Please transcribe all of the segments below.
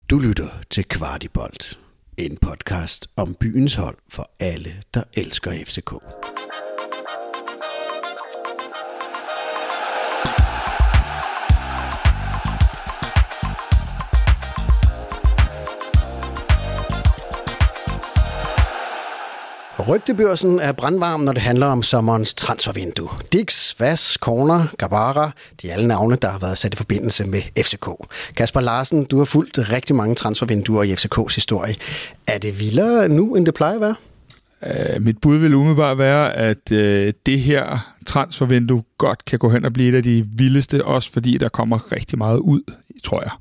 Du lytter til Kvartibolt, en podcast om byens hold for alle, der elsker FCK. Rygtebørsen er brandvarm, når det handler om sommerens transfervindue. Dix, Vas, Corner, Gabara, de er alle navne, der har været sat i forbindelse med FCK. Kasper Larsen, du har fulgt rigtig mange transfervinduer i FCK's historie. Er det vildere nu, end det plejer at være? Mit bud vil umiddelbart være, at det her transfervindue godt kan gå hen og blive et af de vildeste, også fordi der kommer rigtig meget ud, tror jeg.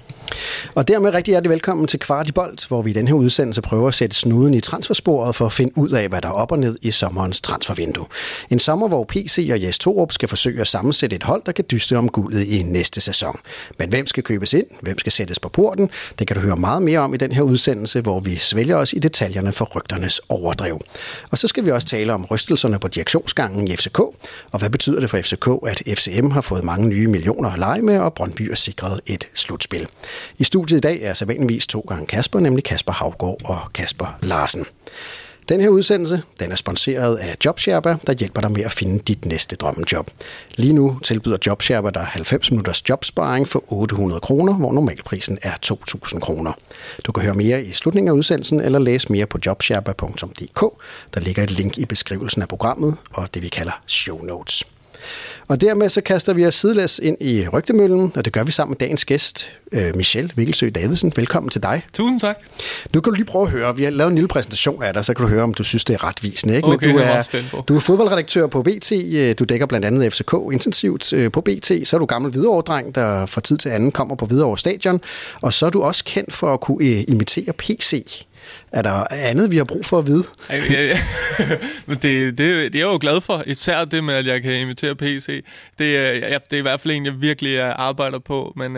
Og dermed rigtig hjertelig velkommen til Kvartibolt, hvor vi i den her udsendelse prøver at sætte snuden i transfersporet for at finde ud af, hvad der er op og ned i sommerens transfervindue. En sommer, hvor PC og Jes Torup skal forsøge at sammensætte et hold, der kan dyste om guldet i næste sæson. Men hvem skal købes ind? Hvem skal sættes på porten? Det kan du høre meget mere om i den her udsendelse, hvor vi svælger os i detaljerne for rygternes overdrev. Og så skal vi også tale om rystelserne på direktionsgangen i FCK, og hvad betyder det for FCK, at FCM har fået mange nye millioner at lege med, og Brøndby er sikret et slutspil. I studiet i dag er sædvanligvis 2 gange Kasper, nemlig Kasper Haugaard og Kasper Larsen. Den her udsendelse, den er sponsoreret af JobSherpa, der hjælper dig med at finde dit næste drømmejob. Lige nu tilbyder JobSherpa dig 90 minutters jobsparing for 800 kroner, hvor normalprisen er 2.000 kroner. Du kan høre mere i slutningen af udsendelsen, eller læse mere på jobsherpa.dk. Der ligger et link i beskrivelsen af programmet, og det vi kalder show notes. Og dermed så kaster vi os sidelæs ind i rygtemøllen, og det gør vi sammen med dagens gæst, Michelle Vikkelsø Davidsen. Velkommen til dig. Tusind tak. Nu kan du lige prøve at høre, vi har lavet en lille præsentation af dig, så kan du høre, om du synes, det er retvisende. Ikke? Okay, men du er fodboldredaktør på BT, du dækker blandt andet FCK intensivt på BT, så er du gammel Hvidovre-dreng, der fra tid til anden kommer på Hvidovre Stadion, og så er du også kendt for at kunne imitere PC. Er der andet, vi har brug for at vide? Ja. Men det er jeg jo glad for. Især det med, at jeg kan imitere PC. Det er i hvert fald en, jeg virkelig arbejder på. Men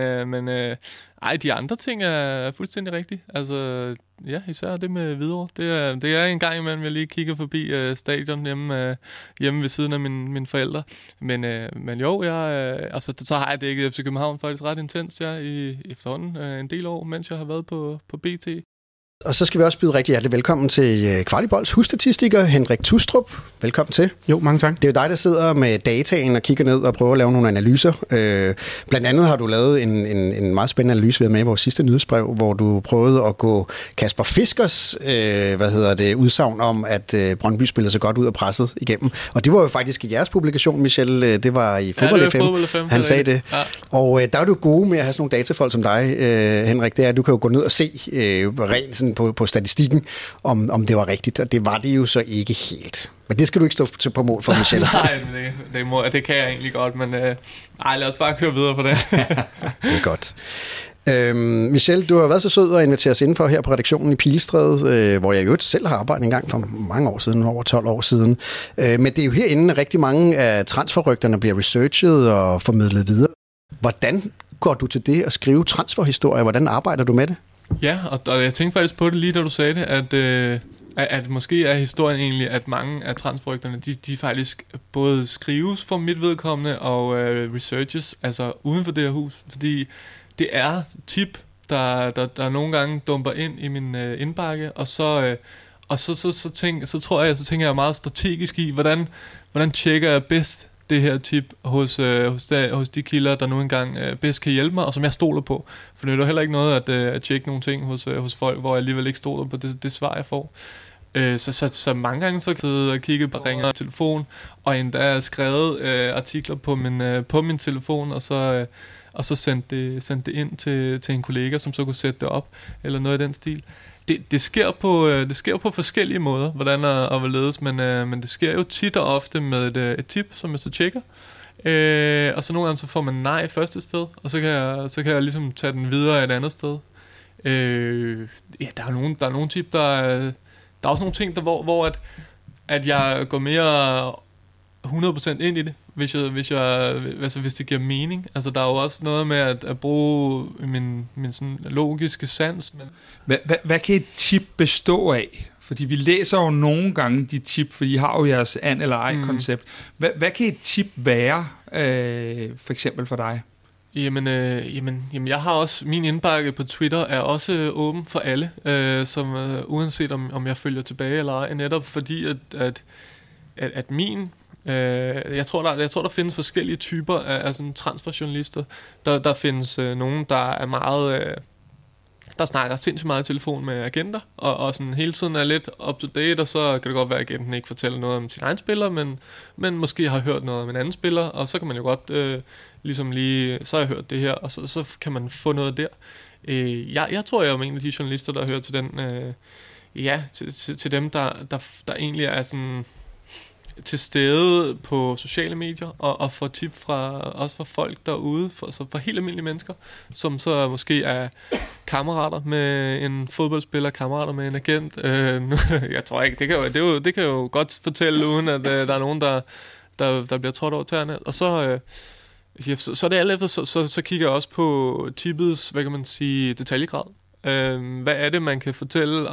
de andre ting er fuldstændig rigtige. Altså, ja, især det med Hvidovre. Det er en gang imellem, jeg lige kigger forbi stadion hjemme ved siden af mine forældre. Men jo, så har jeg dækket FC København faktisk ret intens i efterhånden en del år, mens jeg har været på BT. Og så skal vi også byde rigtig hjertelig velkommen til Kvartibolts husstatistiker Henrik Tustrup. Velkommen til. Jo, mange tak. Det er jo dig, der sidder med dataen og kigger ned og prøver at lave nogle analyser. Blandt andet har du lavet en meget spændende analyse ved med i vores sidste nyhedsbrev, hvor du prøvede at gå Kasper Fiskers udsagn om, at Brøndby spillede så godt ud og presset igennem. Og det var jo faktisk i jeres publikation, Michelle. Det var i Fodbold FM. Han sagde det. Ja. Og der er du gode med at have sådan nogle datafolk som dig, Henrik. Det er, at du kan jo gå ned og se rent sådan på statistikken, om det var rigtigt, og det var det jo så ikke helt. Men det skal du ikke stå på mål for, Michelle. Nej, det kan jeg egentlig godt, men lad os bare køre videre på det. Det er godt. Michelle, du har været så sød at invitere os indenfor her på redaktionen i Pilestræde, hvor jeg jo selv har arbejdet en gang for mange år siden, over 12 år siden. Men det er jo herinde, rigtig mange af transferrygterne bliver researchet og formidlet videre. Hvordan går du til det at skrive transferhistorie? Hvordan arbejder du med det? Ja, og jeg tænkte faktisk på det lige da du sagde det, at måske er historien egentlig, at mange af transferrygterne, de faktisk både skrives for mit vedkommende og researches, altså uden for det her hus, fordi det er tip, der nogle gange dumper ind i min indbakke, og så tænker jeg meget strategisk i, hvordan tjekker jeg bedst det her tip hos de kilder, der nu engang bedst kan hjælpe mig, og som jeg stoler på. For det er jo heller ikke noget at tjekke nogle ting hos folk, hvor jeg alligevel ikke stoler på det svar, jeg får. Så mange gange så sidder og kigger på ringer og telefon, og endda skrevet artikler på min telefon, og så sendt det ind til en kollega, som så kunne sætte det op, eller noget i den stil. Det sker på forskellige måder, hvordan og hvorledes, men det sker jo tit og ofte med et tip, som jeg så tjekker. Og så nogle gange så får man nej første sted, og så kan jeg ligesom tage den videre et andet sted. Der er nogle tip, der er også nogle ting, hvor at jeg går mere 100% ind i det, hvis det giver mening. Altså der er jo også noget med at bruge min sådan logiske sans. Men hvad kan et tip bestå af? Fordi vi læser jo nogle gange de tip, for I har jo jeres and eller ej koncept. Hvad kan et tip være, for eksempel for dig? Jamen, jeg har også, min indbakke på Twitter er også åben for alle, som uanset om jeg følger tilbage eller ej, netop fordi at min, jeg tror der findes forskellige typer af sådan transferjournalister. Der findes nogen, der er meget, der snakker sindssygt meget i telefon med agenter, og sådan hele tiden er lidt up to date, og så kan det godt være, at agenten ikke fortæller noget om sin egen spiller, men måske har hørt noget om en anden spiller, og så kan man jo godt så har jeg hørt det her, og så kan man få noget der. Jeg tror, jeg er en af de journalister, der hører til den, til dem, der egentlig er sådan til stede på sociale medier og får tip også fra folk derude, for helt almindelige mennesker, som så måske er kammerater med en fodboldspiller, kammerater med en agent. Jeg tror ikke, det kan jo godt fortælle, uden at der er nogen, der bliver trådt over tæerne. Og så er det alt efter, så kigger jeg også på tippets, hvad kan man sige, detaljegrad. Hvad er det, man kan fortælle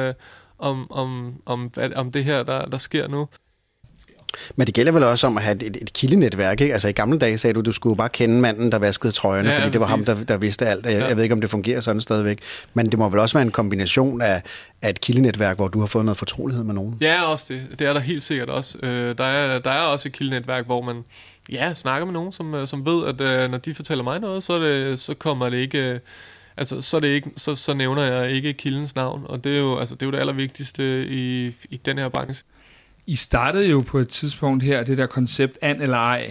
om det her, der sker nu? Men det gælder vel også om at have et kildenetværk, ikke? Altså i gamle dage sagde du skulle bare kende manden, der vaskede trøjerne, fordi det var ham, der vidste alt. Jeg ved ikke, om det fungerer sådan stadigvæk. Men det må vel også være en kombination af et kildenetværk, hvor du har fået noget fortrolighed med nogen. Ja, også det. Det er der helt sikkert også. Der er også et kildenetværk, hvor man snakker med nogen, som ved, at når de fortæller mig noget, så kommer det ikke... Altså, så nævner jeg ikke kildens navn, og det er jo det allervigtigste i den her branche. I startede jo på et tidspunkt her, det der koncept and eller ej.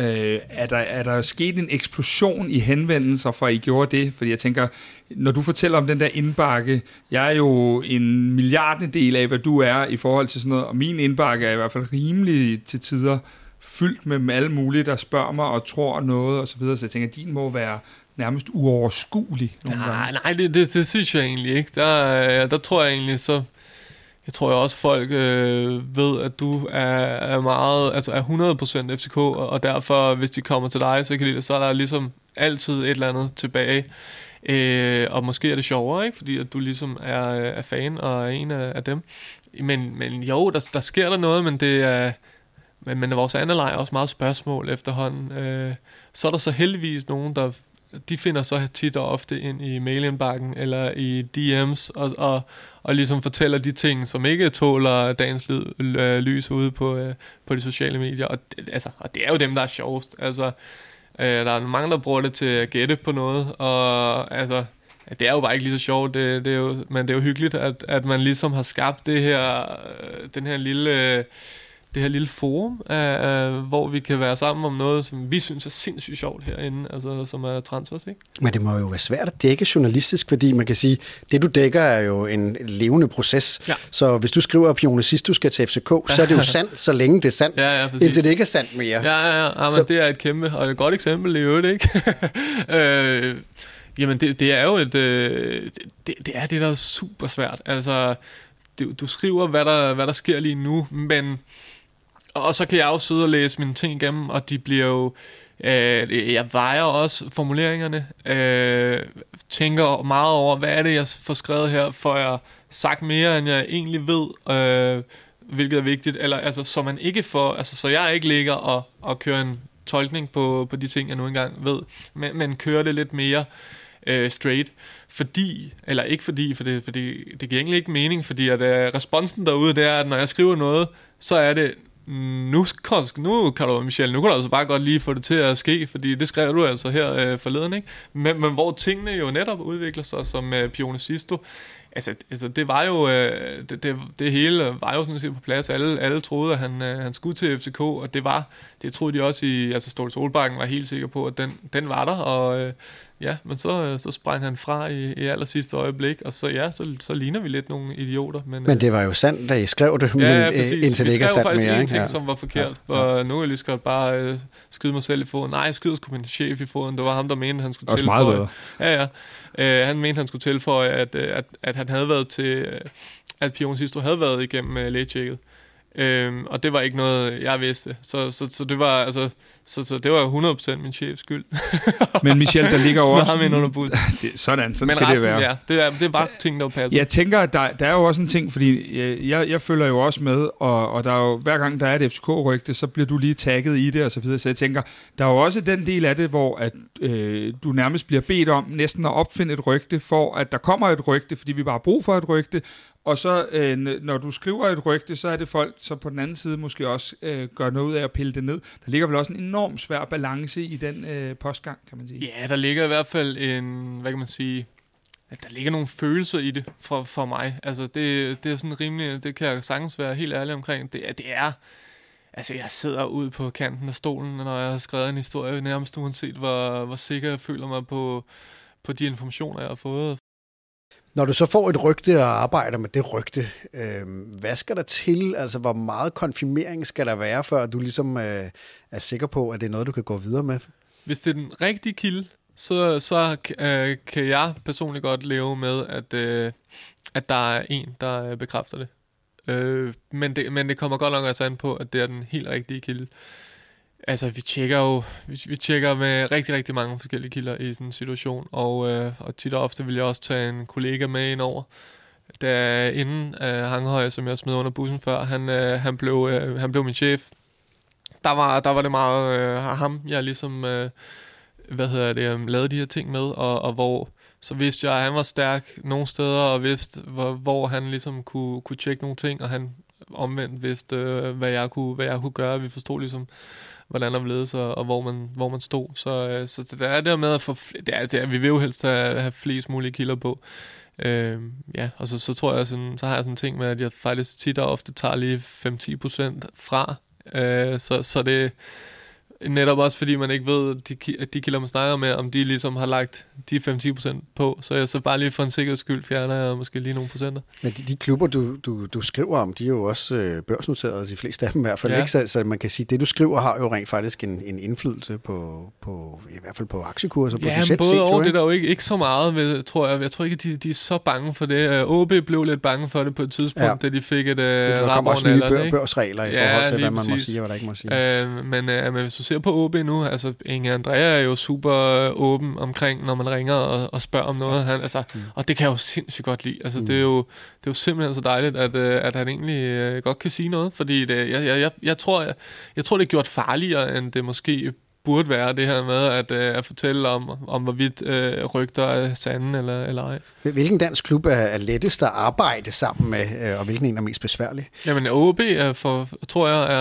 Er der sket en eksplosion i henvendelser, for at I gjorde det? Fordi jeg tænker, når du fortæller om den der indbakke, jeg er jo en milliardedel af, hvad du er i forhold til sådan noget, og min indbakke er i hvert fald rimelig til tider fyldt med alle mulige, der spørger mig og tror noget og så videre. Så jeg tænker, at din må være nærmest uoverskuelig nogle gange. Nej, det synes jeg egentlig ikke. Der tror jeg egentlig så... Jeg tror også, folk ved, at du er meget, altså er 100% FCK, og derfor, hvis de kommer til dig, så er der ligesom altid et eller andet tilbage. Og måske er det sjovere, ikke? Fordi at du ligesom er fan og er en af dem. Men jo, der sker der noget, men det er... Men vores andre leg er også meget spørgsmål efterhånden. Så er der så heldigvis nogen, de finder så tit og ofte ind i mailindbakken eller i DM's og ligesom fortæller de ting, som ikke tåler dagens lys ude på de sociale medier. Og det er jo dem, der er sjovest. Altså, der er mange, der bruger det til at gætte på noget, og altså, det er jo bare ikke lige så sjovt. Men det er jo hyggeligt, at man ligesom har skabt det her lille forum, hvor vi kan være sammen om noget, som vi synes er sindssygt sjovt herinde, altså som er transfers, ikke? Men det må jo være svært at dække journalistisk, fordi man kan sige, det du dækker er jo en levende proces. Ja. Så hvis du skriver, at Pione Sisto skal til FCK, så er det jo sandt, så længe det er sandt, indtil det ikke er sandt mere. Ja, men det er et kæmpe og et godt eksempel i øvrigt, ikke? Jamen, det er jo det er det, der er super svært. Altså, du skriver, hvad der sker lige nu, men... Og så kan jeg også sidde og læse mine ting igennem, og de bliver jo... jeg vejer også formuleringerne, tænker meget over, hvad er det, jeg får skrevet her, for jeg sagt mere, end jeg egentlig ved, hvilket er vigtigt, eller altså, så man ikke får... Altså, så jeg ikke ligger og kører en tolkning på de ting, jeg nu engang ved, men kører det lidt mere straight, for det giver egentlig ikke mening, fordi at responsen derude, det er, at når jeg skriver noget, så er det, nu kan du, Michelle, nu kan du altså bare godt lige få det til at ske, fordi det skrev du altså her forleden, ikke? Men hvor tingene jo netop udvikler sig, som Pione Sisto, altså det var jo, det hele var jo sådan set på plads. Alle troede, at han skulle til FCK, og det troede de også Ståle Solbakken var helt sikker på, at den var der, og men så sprang han fra i aller sidste øjeblik, og så ligner vi lidt nogle idioter. Men det var jo sandt, da I skrev det, indtil det ikke er sandt mere. Vi skrev faktisk en ting, som var forkert, og nu er jeg lige skal bare skyde mig selv i foden. Nej, jeg skyder sgu min chef i foden. Det var ham, der mente, han skulle tilføje. Også meget bedre. Han mente, han skulle tilføje, at han havde været til, at Pione Sisto havde været igennem lægetjekket. Og det var ikke noget, jeg vidste. Så det var, altså, Så det var 100% min chefs skyld. Men Michel, der ligger jo også... Sådan men skal resten, det være. Ja, det er bare ting, der passer. Jeg tænker, at der er jo også en ting, fordi jeg følger jo også med, og der er jo, hver gang der er et FCK-rygte, så bliver du lige tagget i det og så videre. Så jeg tænker, der er jo også den del af det, hvor at, du nærmest bliver bedt om næsten at opfinde et rygte, for at der kommer et rygte, fordi vi bare har brug for et rygte. Og så, når du skriver et rygte, så er det folk, så på den anden side måske også gør noget ud af at pille det ned. Der ligger vel også en enorm svær balance i den postgang, kan man sige. Ja, der ligger i hvert fald en, hvad kan man sige, der ligger nogle følelser i det for mig. Altså, det er sådan rimelig, det kan jeg sagtens være helt ærlig omkring. Det er, altså jeg sidder ude på kanten af stolen, når jeg har skrevet en historie, nærmest uanset hvor sikker jeg føler mig på de informationer, jeg har fået. Når du så får et rygte og arbejder med det rygte, hvad skal der til? Altså, hvor meget konfirmering skal der være, før du ligesom er sikker på, at det er noget, du kan gå videre med? Hvis det er den rigtige kilde, så kan jeg personligt godt leve med, at der er en, der bekræfter det. Men det kommer godt nok altså an på, at det er den helt rigtige kilde. Altså, vi tjekker med rigtig, rigtig mange forskellige kilder i sådan en situation, og tit og ofte vil jeg også tage en kollega med ind over. Da inden Hanghøj, som jeg smed under bussen før, han blev min chef, der var det meget ham, jeg ligesom lavede de her ting med, og hvor så vidste jeg, at han var stærk nogle steder, og vidste, hvor han ligesom kunne tjekke nogle ting, og han omvendt vidste, hvad jeg kunne gøre. Vi forstod ligesom, hvordan der ledes, og hvor man stod. Så det er der med at få... vi vil jo helst have flest mulige kilder på. Ja, og så tror jeg, så har jeg sådan en ting med, at jeg faktisk tit og ofte tager lige 5-10% fra. Så det netop også, fordi man ikke ved, at de kilder, man snakker med, om de ligesom har lagt de 5-10% på, så jeg så bare lige for en sikkerheds skyld fjerner jeg måske lige nogle procenter. Men de klubber, du skriver om, de er jo også børsnoterede, de fleste af dem i hvert fald, ikke? Så man kan sige, det du skriver har jo rent faktisk en indflydelse på i hvert fald på aktiekurser. Ja, men både over, det er der jo ikke så meget, tror jeg. Jeg tror ikke, at de er så bange for det. OB blev lidt bange for det på et tidspunkt, da de fik et der kommer også nye børsregler i forhold til, hvad man må sige og hvad der ikke må sige. Men hvis du ser på OB nu, altså Inge Andrea er jo super åben omkring, når man ringer og spørger om noget. Og det kan jeg jo sindssygt godt lide. Altså, det er jo simpelthen så dejligt, at han egentlig godt kan sige noget, fordi jeg tror, det er gjort farligere, end det måske burde være, det her med at fortælle om hvorvidt rygter er sande eller ej. Hvilken dansk klub er lettest at arbejde sammen med, og hvilken en er mest besværlig? Jamen, OB tror jeg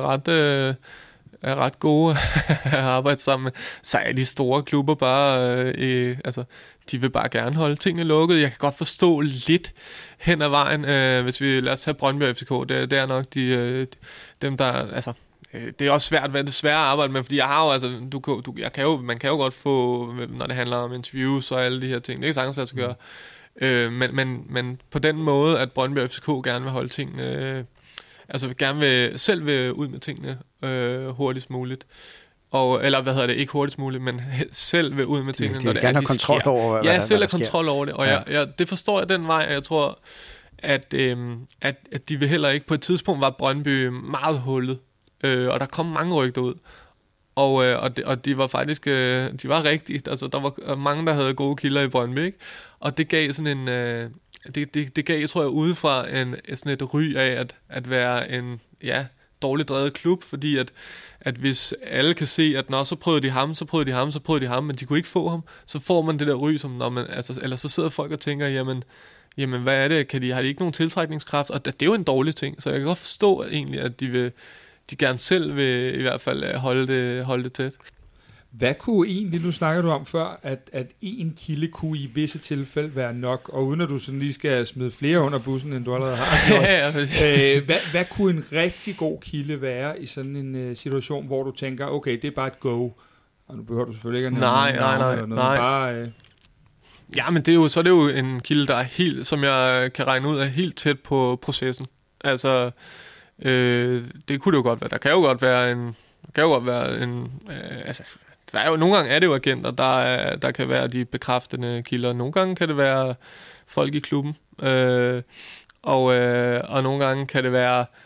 er ret gode at arbejde sammen med. Så er de store klubber bare... de vil bare gerne holde tingene lukket. Jeg kan godt forstå lidt hen ad vejen, hvis vi lad os tage Brøndby og FCK. Det er nok dem, der... Altså, det er også svært at arbejde med, fordi jeg har jo, altså, man kan jo godt få, når det handler om interviews og alle de her ting. Det er ikke sagtens, hvad jeg skal gøre. Men på den måde, at Brøndby og FCK gerne vil holde tingene... selv vil ud med tingene hurtigst muligt. Eller ikke hurtigst muligt, men selv vil ud med tingene, når det gerne har kontrol over, hvad selv har kontrol over det. Og det forstår jeg den vej, og jeg tror, at de vil heller ikke... På et tidspunkt var Brøndby meget hullet, og der kom mange rygter ud. Og de var faktisk... de var rigtigt. Altså, der var mange, der havde gode kilder i Brøndby, ikke? Og det gav sådan en... Det gav, tror jeg, udefra sådan et ry af at være en dårligt drevet klub, fordi at hvis alle kan se, at når så prøvede de ham, men de kunne ikke få ham, så får man det der ry, som når man, altså, eller så sidder folk og tænker, jamen hvad er det, har de ikke nogen tiltrækningskraft, og det er jo en dårlig ting, så jeg kan godt forstå egentlig, at de gerne selv vil i hvert fald holde det tæt. Hvad kunne egentlig, nu snakker du om før, at en kilde kunne i visse tilfælde være nok, og uden at du sådan lige skal smide flere under bussen, end du allerede har. Hvad kunne en rigtig god kilde være i sådan en situation, hvor du tænker, okay, det er bare et go, og nu behøver du selvfølgelig ikke at nævne nej. Bare, Ja, men det er jo en kilde, der er helt, som jeg kan regne ud, er helt tæt på processen. Altså, det kunne det jo godt være. Der kan jo godt være en der er jo, nogle gange er det jo agenter, der kan være de bekræftende kilder. Nogle gange kan det være folk i klubben. Og nogle gange kan det være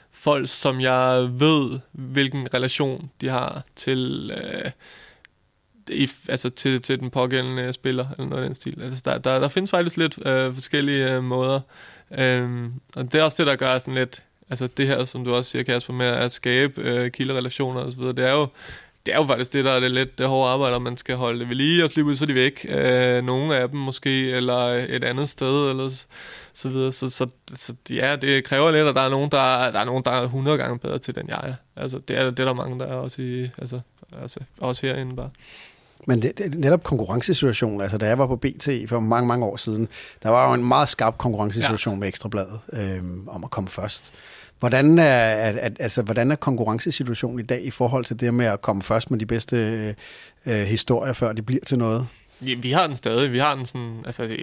folk, som jeg ved, hvilken relation de har til, til den pågældende spiller, eller noget af den stil. Altså, der findes faktisk lidt forskellige måder. Og det er også det, der gør sådan lidt, altså det her, som du også siger, Kasper, med at skabe kilderelationer og så videre, det er jo faktisk det, der er det hårde arbejde, og man skal holde det ved lige, og slippe ud, så er de væk. Nogle af dem måske, eller et andet sted, eller så videre. Så ja, det kræver lidt, at der er nogen, der er 100 gange bedre til, end jeg er. Altså, det er der mange, der er også herinde bare. Men det netop konkurrencesituationen, altså da jeg var på BT for mange, mange år siden, der var jo en meget skarp konkurrencesituation med Ekstrabladet om at komme først. Hvordan er konkurrencesituationen i dag i forhold til det med at komme først med de bedste historier, før de bliver til noget? Ja, vi har den stadig. Vi har den sådan,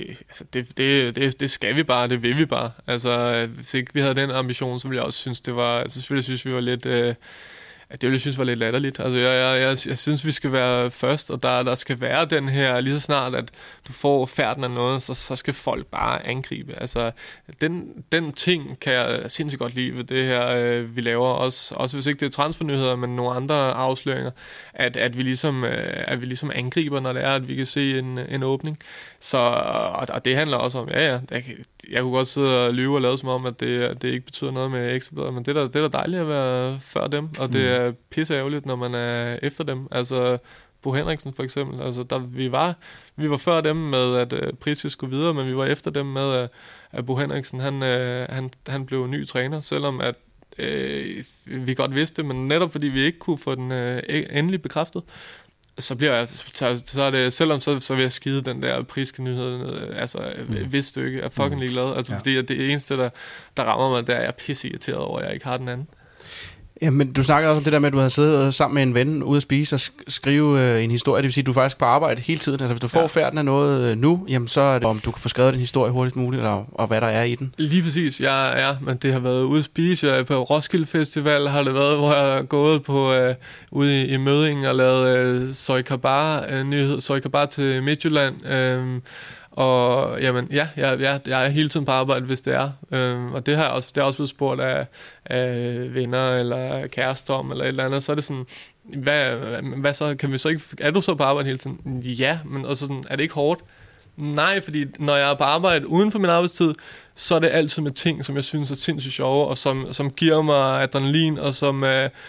det skal vi bare, det vil vi bare. Altså, hvis ikke vi havde den ambition, så ville jeg også synes, det var, altså selvfølgelig synes vi var lidt, det ville jeg synes var lidt latterligt. Altså, jeg synes, vi skal være først, og der skal være den her, lige så snart, at du får færden af noget, så skal folk bare angribe. Altså, den ting kan jeg sindssygt godt lide ved det her, vi laver. Også hvis ikke det er transfernyheder, men nogle andre afsløringer, at vi ligesom angriber, når det er, at vi kan se en åbning. Så, og det handler også om, jeg kunne godt sidde og lyve og lade som om, at det ikke betyder noget med Ekstrabladet, men det er da dejligt at være før dem, og det er pisseærgerligt, når man er efter dem. Altså, Bo Henriksen for eksempel, altså, vi var før dem med, at Priske skulle videre, men vi var efter dem med, at Bo Henriksen, han blev ny træner, selvom at vi godt vidste det, men netop fordi vi ikke kunne få den endelig bekræftet, så er det, selvom så vil jeg skide den der Priske nyhed, altså hvis du ikke er fucking ligeglad, altså fordi det eneste, der rammer mig, det er, jeg er pisse irriteret over, at jeg ikke har den anden. Ja, men du snakkede også om det der med, at du havde siddet sammen med en ven ude at spise og skrive en historie. Det vil sige, at du faktisk på arbejde hele tiden. Altså hvis du får færden af noget nu, jamen så er det, om du kan få skrevet den historie hurtigst muligt, og hvad der er i den. Lige præcis, men det har været ude at spise. På Roskilde Festival har det været, hvor jeg har gået på ude i Mødingen og lavet Soy Kabar til Midtjylland. Og jamen, jeg er hele tiden på arbejde, hvis det er. Og det har også blevet spurgt af venner eller kærester om, eller et eller andet. Så er det sådan, hvad så? Kan vi så ikke, er du så på arbejde hele tiden? Ja, men også sådan, er det ikke hårdt? Nej, fordi når jeg er på arbejde uden for min arbejdstid, så er det altid med ting, som jeg synes er sindssygt sjove, og som giver mig adrenalin, og som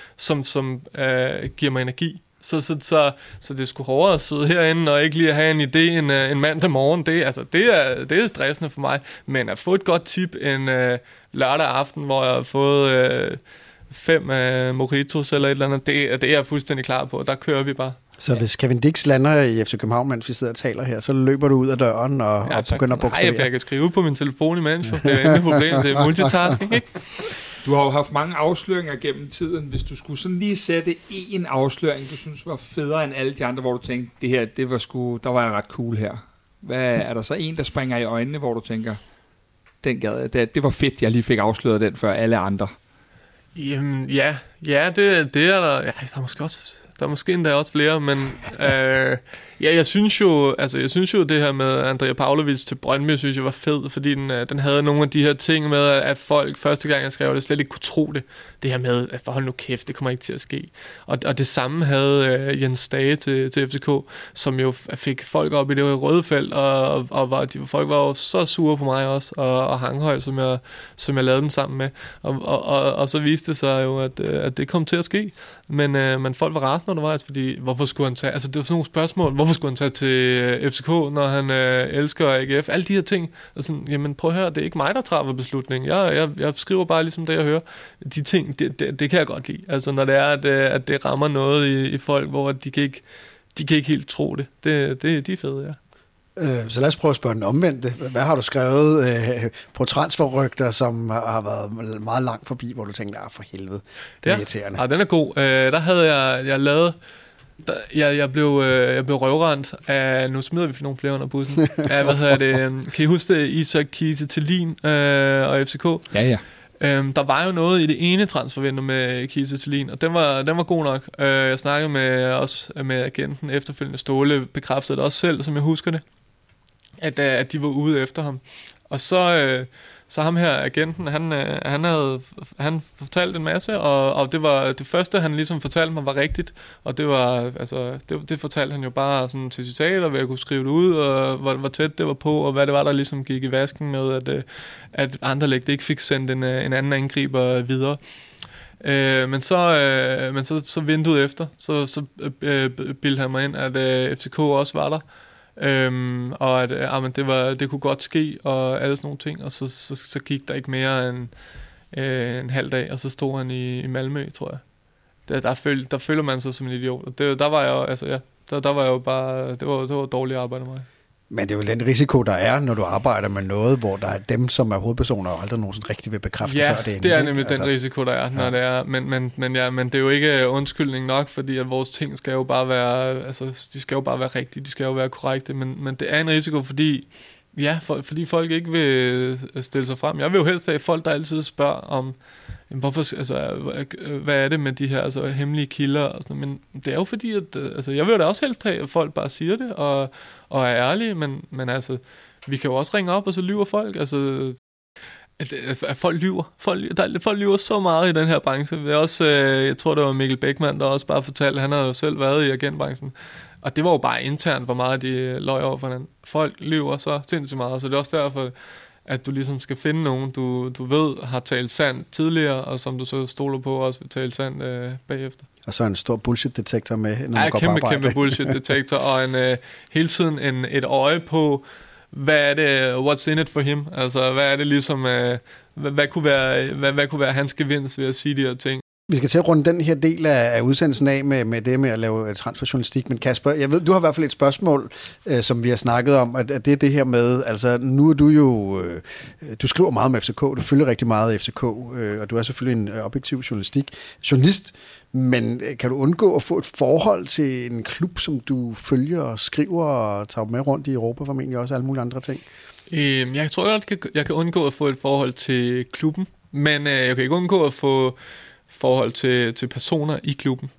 giver mig energi. Så det er sgu hårdere at sidde herinde og ikke lige have en idé en mandag morgen. Det er stressende for mig. Men at få et godt tip en lørdag aften, hvor jeg har fået 5 mojitos eller et eller andet, det er jeg fuldstændig klar på. Der kører vi bare. Så hvis Kevin Dix lander i FC København, mens vi sidder og taler her, så løber du ud af døren og begynder at bogstavere? Nej, jeg kan skrive på min telefon imens, det er ikke et problem. Det er multitasking, ikke? Du har jo haft mange afsløringer gennem tiden. Hvis du skulle sådan lige sætte en afsløring, du synes var federe end alle de andre, hvor du tænkte, det her, der var jeg ret cool her. Er der så en, der springer i øjnene, hvor du tænker, det var fedt, jeg lige fik afsløret den før alle andre? Jamen, ja, det er der. Ja, der er måske endda også flere, men jeg synes jo det her med Andrea Pavlovic til Brøndby, synes jeg var fed, fordi den havde nogle af de her ting med, at folk første gang jeg skrev det, slet ikke kunne tro det. Det her med, at hold nu kæft, det kommer ikke til at ske. Og det samme havde Jens Stage til FCK, som jo fik folk op i det røde felt, og folk var jo så sure på mig også, og Hanghøj, som jeg lavede den sammen med. Og så viste det sig jo, at det kom til at ske. Men folk var rasende undervejs, fordi hvorfor skulle han tage, altså det var sådan nogle spørgsmål, hvorfor skulle han tage til FCK, når han elsker AGF, alle de her ting, og sådan, jamen prøv at høre, det er ikke mig, der træffer beslutningen, jeg skriver bare ligesom det, jeg hører, de ting, det kan jeg godt lide, altså når det er, at det rammer noget i folk, hvor de kan ikke helt tro det, de er fede, ja. Så lad os prøve at spørge den omvendte. Hvad har du skrevet på transferrygter, som har været meget langt forbi, hvor du tænkte, for helvede, det er irriterende? Ja, den er god. Der havde jeg lavet... Jeg blev røvrendt af... Nu smider vi nogle flere under bussen. Kan I huske det? Isak Kiese Thelin og FCK? Ja. Der var jo noget i det ene transfervindue med Kiese Thelin, og den var god nok. Jeg snakkede med agenten efterfølgende. Ståle bekræftede det også selv, som jeg husker det, at de var ude efter ham. Og så ham her, agenten, han fortalte en masse, og det var det første, han ligesom fortalte mig, var rigtigt. Og det var, altså, det fortalte han jo bare sådan til citater, hvad jeg kunne skrive det ud, og hvor tæt det var på, og hvad det var, der ligesom gik i vasken med, at Anderlecht ikke fik sendt en anden angriber videre. Men så vinduet efter, så bildte han mig ind, at FCK også var der. Og at det kunne godt ske og alle sådan nogle ting, og så gik der ikke mere end en halv dag, og så stod han i Malmø, tror jeg. Der føler man sig som en idiot, og der var jeg, altså ja, der var jeg jo bare, det var dårligt arbejde med mig. Men det er jo den risiko, der er, når du arbejder med noget, hvor der er dem, som er hovedpersoner, og aldrig nogensinde rigtig vil bekræfte før det. Ja, det er nemlig den risiko, der er, når det er. Men det er jo ikke undskyldning nok, fordi at vores ting skal jo bare være, altså, de skal jo bare være rigtige, de skal jo være korrekte, men det er en risiko, fordi folk ikke vil stille sig frem. Jeg vil jo helst have folk, der altid spørger om, hvorfor, altså, hvad er det med de her altså, hemmelige kilder og sådan noget. Men det er jo fordi, at altså, jeg vil jo da også helst have, at folk bare siger det og er ærlige, men altså, vi kan jo også ringe op, og så lyver folk. Altså, at folk lyver. Folk lyver så meget i den her branche. Det er også, jeg tror, det var Mikkel Bækman, der også bare fortalte, han havde jo selv været i agentbranchen. Og det var jo bare internt, hvor meget de løg over for hinanden. Folk lyver så sindssygt meget, så det er også derfor, at du ligesom skal finde nogen, du ved har talt sandt tidligere, og som du så stoler på også vil tale sandt bagefter. Og så en stor bullshit-detektor med, når man går på arbejde. Kæmpe bullshit-detektor, og hele tiden et øje på, hvad er det, what's in it for him? Altså, hvad er det ligesom, hvad kunne være hans gevinst ved at sige de her ting? Vi skal til at runde den her del af udsendelsen af med det med at lave transferjournalistik. Men Kasper, jeg ved, du har i hvert fald et spørgsmål, som vi har snakket om, at det er det her med, altså nu er du jo, du skriver meget om FCK, du følger rigtig meget af FCK, og du er selvfølgelig en objektiv journalist, men kan du undgå at få et forhold til en klub, som du følger og skriver og tager med rundt i Europa, formentlig også alle mulige andre ting? Jeg tror godt, jeg kan undgå at få et forhold til klubben, men jeg kan ikke undgå at få forhold til personer i klubben.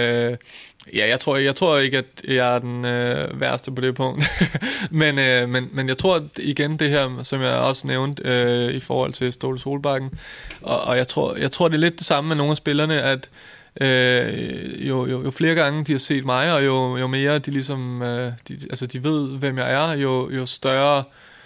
Jeg tror ikke, at jeg er den værste på det punkt. men jeg tror igen det her, som jeg også nævnte i forhold til Ståle Solbakken, og jeg tror det er lidt det samme med nogle af spillerne, at jo flere gange de har set mig, og jo mere de ligesom de ved, hvem jeg er, jo større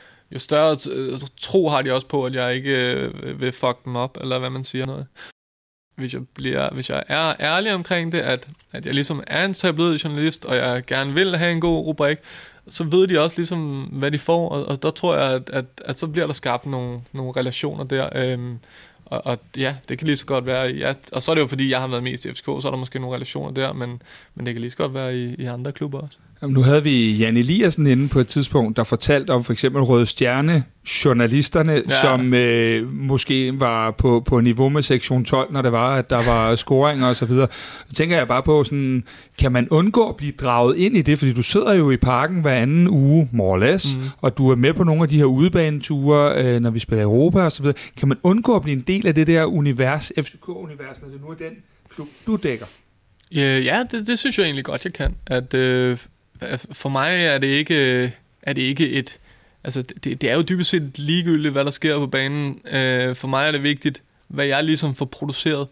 tro har de også på, at jeg ikke vil fuck dem op, eller hvad man siger noget. Hvis jeg er ærlig omkring det, at jeg ligesom er en tabloidjournalist, og jeg gerne vil have en god rubrik, så ved de også ligesom, hvad de får, og der tror jeg, at så bliver der skabt nogle relationer der. Og ja, det kan lige så godt være, ja, og så er det jo fordi, jeg har været mest i FCK, så er der måske nogle relationer der, men det kan lige så godt være i andre klubber også. Jamen, nu havde vi Jan Eliassen inde på et tidspunkt, der fortalte om for eksempel Røde Stjerne, journalisterne, som måske var på niveau med sektion 12, når det var, at der var scoringer og så videre. Så tænker jeg bare på, sådan, kan man undgå at blive draget ind i det? Fordi du sidder jo i parken hver anden uge, more or less, og du er med på nogle af de her udebaneture, når vi spiller Europa og så videre. Kan man undgå at blive en del af det der univers, FCK-univers, når det nu er den klub, du dækker? Ja, det synes jeg egentlig godt, jeg kan. At for mig er det ikke et... Altså, det er jo dybest set ligegyldigt, hvad der sker på banen. For mig er det vigtigt, hvad jeg ligesom får produceret.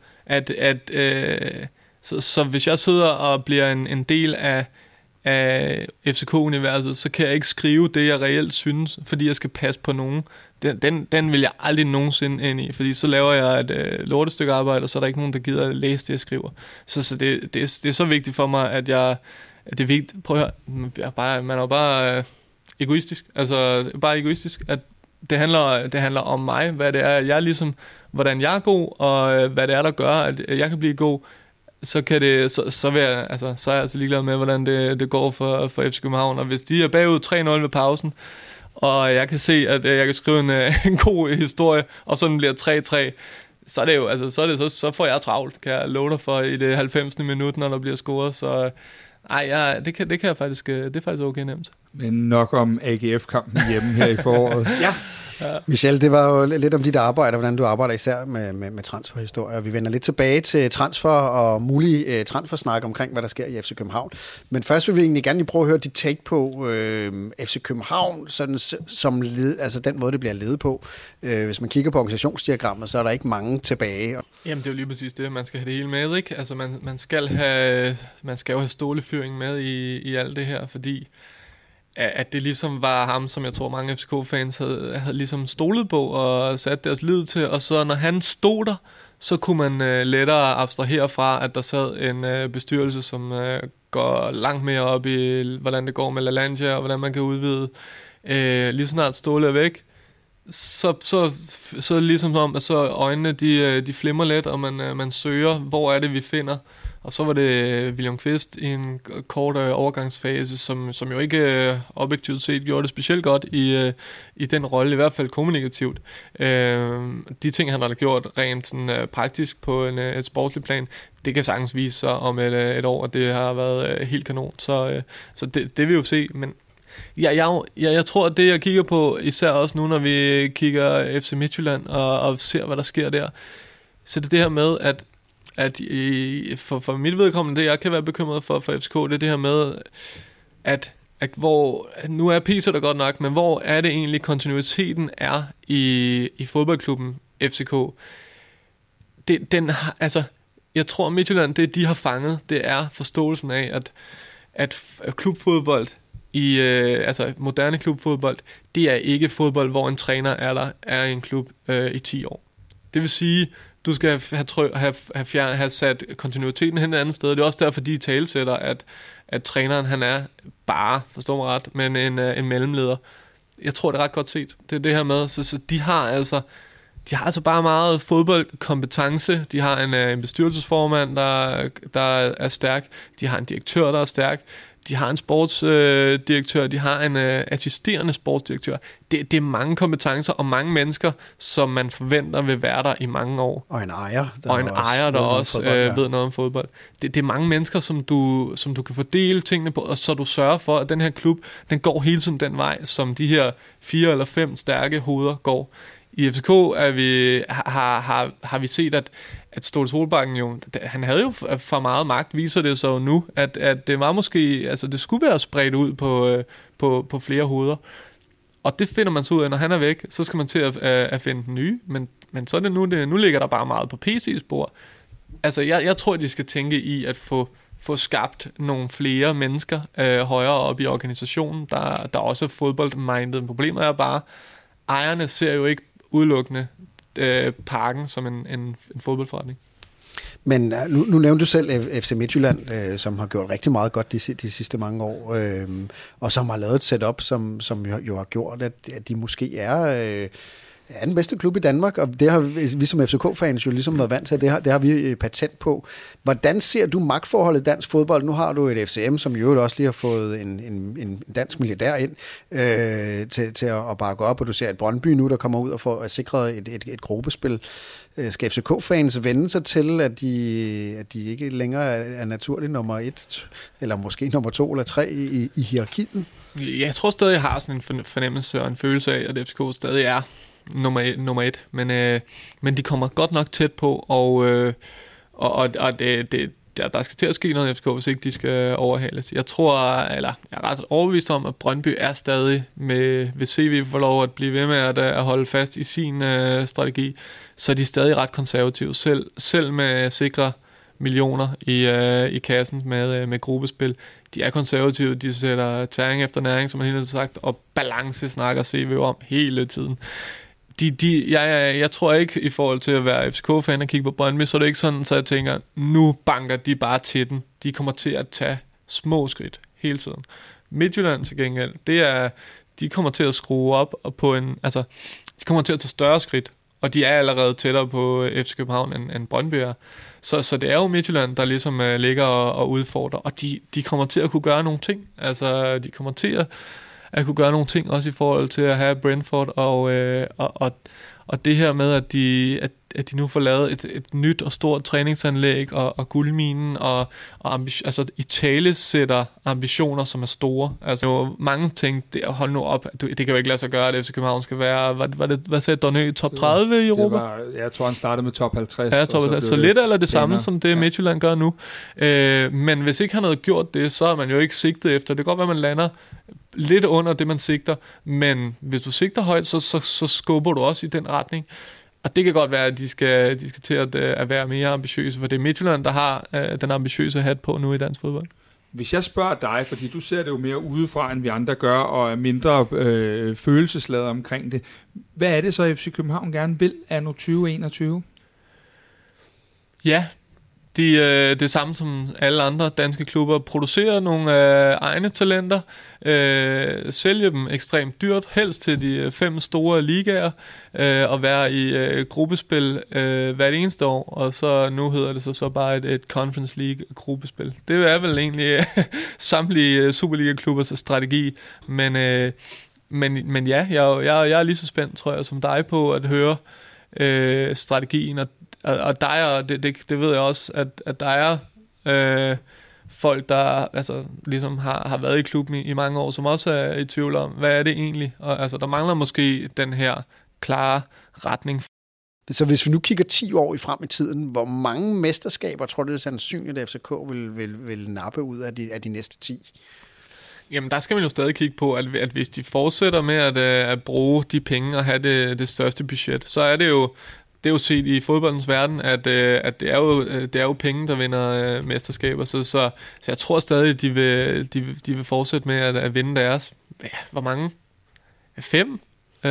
Så hvis jeg sidder og bliver en del af FCK-universet, så kan jeg ikke skrive det, jeg reelt synes, fordi jeg skal passe på nogen. Den vil jeg aldrig nogensinde ind i, fordi så laver jeg et lortestykke arbejde, og så er der ikke nogen, der gider at læse det, jeg skriver. Så det er så vigtigt for mig, at det er vigtigt. Prøv at høre, man er jo bare egoistisk. Altså, bare egoistisk. At det handler om mig, hvad det er, jeg ligesom, hvordan jeg er god, og hvad det er, der gør, at jeg kan blive god. Så kan det, så er jeg altså ligeglad med, hvordan det går for FC København. Og hvis de er bagud 3-0 ved pausen, og jeg kan se, at jeg kan skrive en god historie, og så den bliver 3-3, så er det jo, altså, så får jeg travlt, kan jeg love dig for, i det 90. minut, når der bliver scoret. Så det kan jeg faktisk, det er faktisk okay nemt. Men nok om AGF-kampen hjemme her i foråret. Ja. Ja. Michel, det var jo lidt om dit arbejde, hvordan du arbejder især med transferhistorier. Vi vender lidt tilbage til transfer og mulige transfersnak omkring, hvad der sker i FC København. Men først vil vi egentlig gerne lige prøve at høre dit take på FC København, sådan, som altså den måde, det bliver ledet på. Hvis man kigger på organisationsdiagrammet, så er der ikke mange tilbage. Jamen, det er jo lige præcis det. Man skal have det hele med, ikke? Altså, man skal jo have stålefyring med i alt det her, fordi at det ligesom var ham, som jeg tror mange FCK-fans havde ligesom stolet på og sat deres lid til, og så når han stod der, så kunne man lettere abstrahere fra, at der sad en bestyrelse, som går langt mere op i, hvordan det går med LaLandia, og hvordan man kan udvide. Lige snart Ståle er væk, så ligesom om, at så øjnene de flimmer lidt, og man søger, hvor er det, vi finder. Og så var det William Kvist i en kort overgangsfase, som jo ikke objektivt set gjorde det specielt godt i den rolle, i hvert fald kommunikativt. De ting, han har gjort rent sådan, praktisk på et sportsligt plan, det kan sagtens vise sig om et år, at det har været helt kanon. Så det vil vi jo se, men jeg tror, at det jeg kigger på, især også nu, når vi kigger FC Midtjylland og ser, hvad der sker der, så det her med, at for mit vedkommende, det jeg kan være bekymret for FCK, det er det her med, at hvor, nu er Peter der godt nok, men hvor er det egentlig kontinuiteten er i fodboldklubben FCK? Altså, jeg tror Midtjylland, det de har fanget, det er forståelsen af, at klubfodbold altså moderne klubfodbold, det er ikke fodbold, hvor en træner er i en klub i 10 år. Det vil sige, du skal have sat kontinuiteten hen et andet sted. Det er også derfor, de talesætter, at træneren, han er bare, forstår mig ret, men en mellemleder. Jeg tror, det er ret godt set. Det er det her med, så de har altså bare meget fodboldkompetence. De har en bestyrelsesformand, der er stærk. De har en direktør, der er stærk. De har en sportsdirektør, de har en assisterende sportsdirektør. Det er mange kompetencer og mange mennesker, som man forventer vil være der i mange år. Og en ejer, der også ved noget om fodbold. Det er mange mennesker, som du kan fordele tingene på, og så du sørger for, at den her klub, den går hele tiden den vej, som de her 4 eller 5 stærke hoveder går. I FCK har vi set, at Ståle Solbakken jo, han havde jo for meget magt, viser det så nu, at det var måske, altså det skulle være spredt ud på flere hoveder. Og det finder man så ud af, når han er væk, så skal man til at finde den nye, men så er det nu ligger der bare meget på PC-spor. Altså jeg tror, at de skal tænke i at få skabt nogle flere mennesker højere op i organisationen, der også er fodboldmindet. Problemet er bare, ejerne ser jo ikke udelukkende parken som en fodboldforretning. Men nu nævnte du selv FC Midtjylland, som har gjort rigtig meget godt de sidste mange år, og som har lavet et setup, som jo har gjort, at de måske er den bedste klub i Danmark, og det har vi som FCK-fans jo ligesom været vant til, det har vi patent på. Hvordan ser du magtforholdet i dansk fodbold? Nu har du et FCM, som jo også lige har fået en dansk milliardær ind til at bakke op, og du ser et Brøndby nu, der kommer ud og får sikret et gruppespil. Skal FCK-fans vende sig til, at de ikke længere er naturligt nummer 1, eller måske nummer 2 eller 3 i hierarkiet? Jeg tror stadig, jeg har sådan en fornemmelse og en følelse af, at FCK stadig er nummer 1, men de kommer godt nok tæt på, og der skal til at ske noget i FCK, hvis ikke de skal overhales. Jeg er ret overbevist om, at Brøndby er stadig hvis CV får lov at blive ved med at holde fast i sin strategi, så er de stadig ret konservative, selv med sikre millioner i kassen med gruppespil. De er konservative, de sætter tæring efter næring, som man hele tiden har sagt, og balance snakker CV om hele tiden. Jeg tror ikke, i forhold til at være FCK-fan og kigge på Brøndby, så er det ikke sådan, så jeg tænker, nu banker de bare til den. De kommer til at tage små skridt hele tiden. Midtjylland til gengæld, de kommer til at skrue op og på de kommer til at tage større skridt, og de er allerede tættere på FC København end Brøndby er. Så det er jo Midtjylland, der ligesom ligger og udfordrer, og de kommer til at kunne gøre nogle ting. Altså, de kommer til at kunne gøre nogle ting, også i forhold til at have Brentford, og det her med, at de nu får lavet et nyt og stort træningsanlæg og guldminen og altså i tale sætter ambitioner, som er store. Altså jo mange ting, hold nu op, det kan jo ikke lade sig gøre, at FC København skal være, hvad sagde Donø, top 30 i Europa? Jeg tror, han startede med top 50. Ja, top 50. Så lidt eller det samme, som det Midtjylland gør nu. Men hvis ikke han havde gjort det, så er man jo ikke sigtet efter. Det kan godt være, man lander lidt under det, man sigter, men hvis du sigter højt, så skubber du også i den retning. Og det kan godt være, at de skal til at være mere ambitiøse, for det er Midtjylland, der har den ambitiøse hat på nu i dansk fodbold. Hvis jeg spørger dig, fordi du ser det jo mere udefra, end vi andre gør, og er mindre følelsesladet omkring det. Hvad er det så, FC København gerne vil anno 2021? Ja, det samme som alle andre danske klubber, producerer nogle egne talenter, sælge dem ekstremt dyrt, helst til de 5 store ligaer, og være i gruppespil hvert eneste år, og så nu hedder det så bare et Conference League gruppespil. Det er vel egentlig samtlige Superliga-klubbers strategi, men ja, jeg er lige så spændt, tror jeg, som dig på at høre strategien, og der er, det ved jeg også, at der er folk, der altså ligesom har været i klubben i mange år, som også er i tvivl om, hvad er det egentlig? Og altså, der mangler måske den her klare retning. Så hvis vi nu kigger 10 år frem i tiden, hvor mange mesterskaber tror du, det er sandsynligt, at FCK vil nappe ud af de næste 10? Jamen, der skal man jo stadig kigge på, at hvis de fortsætter med at bruge de penge og have det største budget, så er det jo set i fodboldens verden, at det er jo penge, der vinder mesterskaber. Så jeg tror stadig, at de vil fortsætte med at vinde deres. Ja, hvor mange? 5?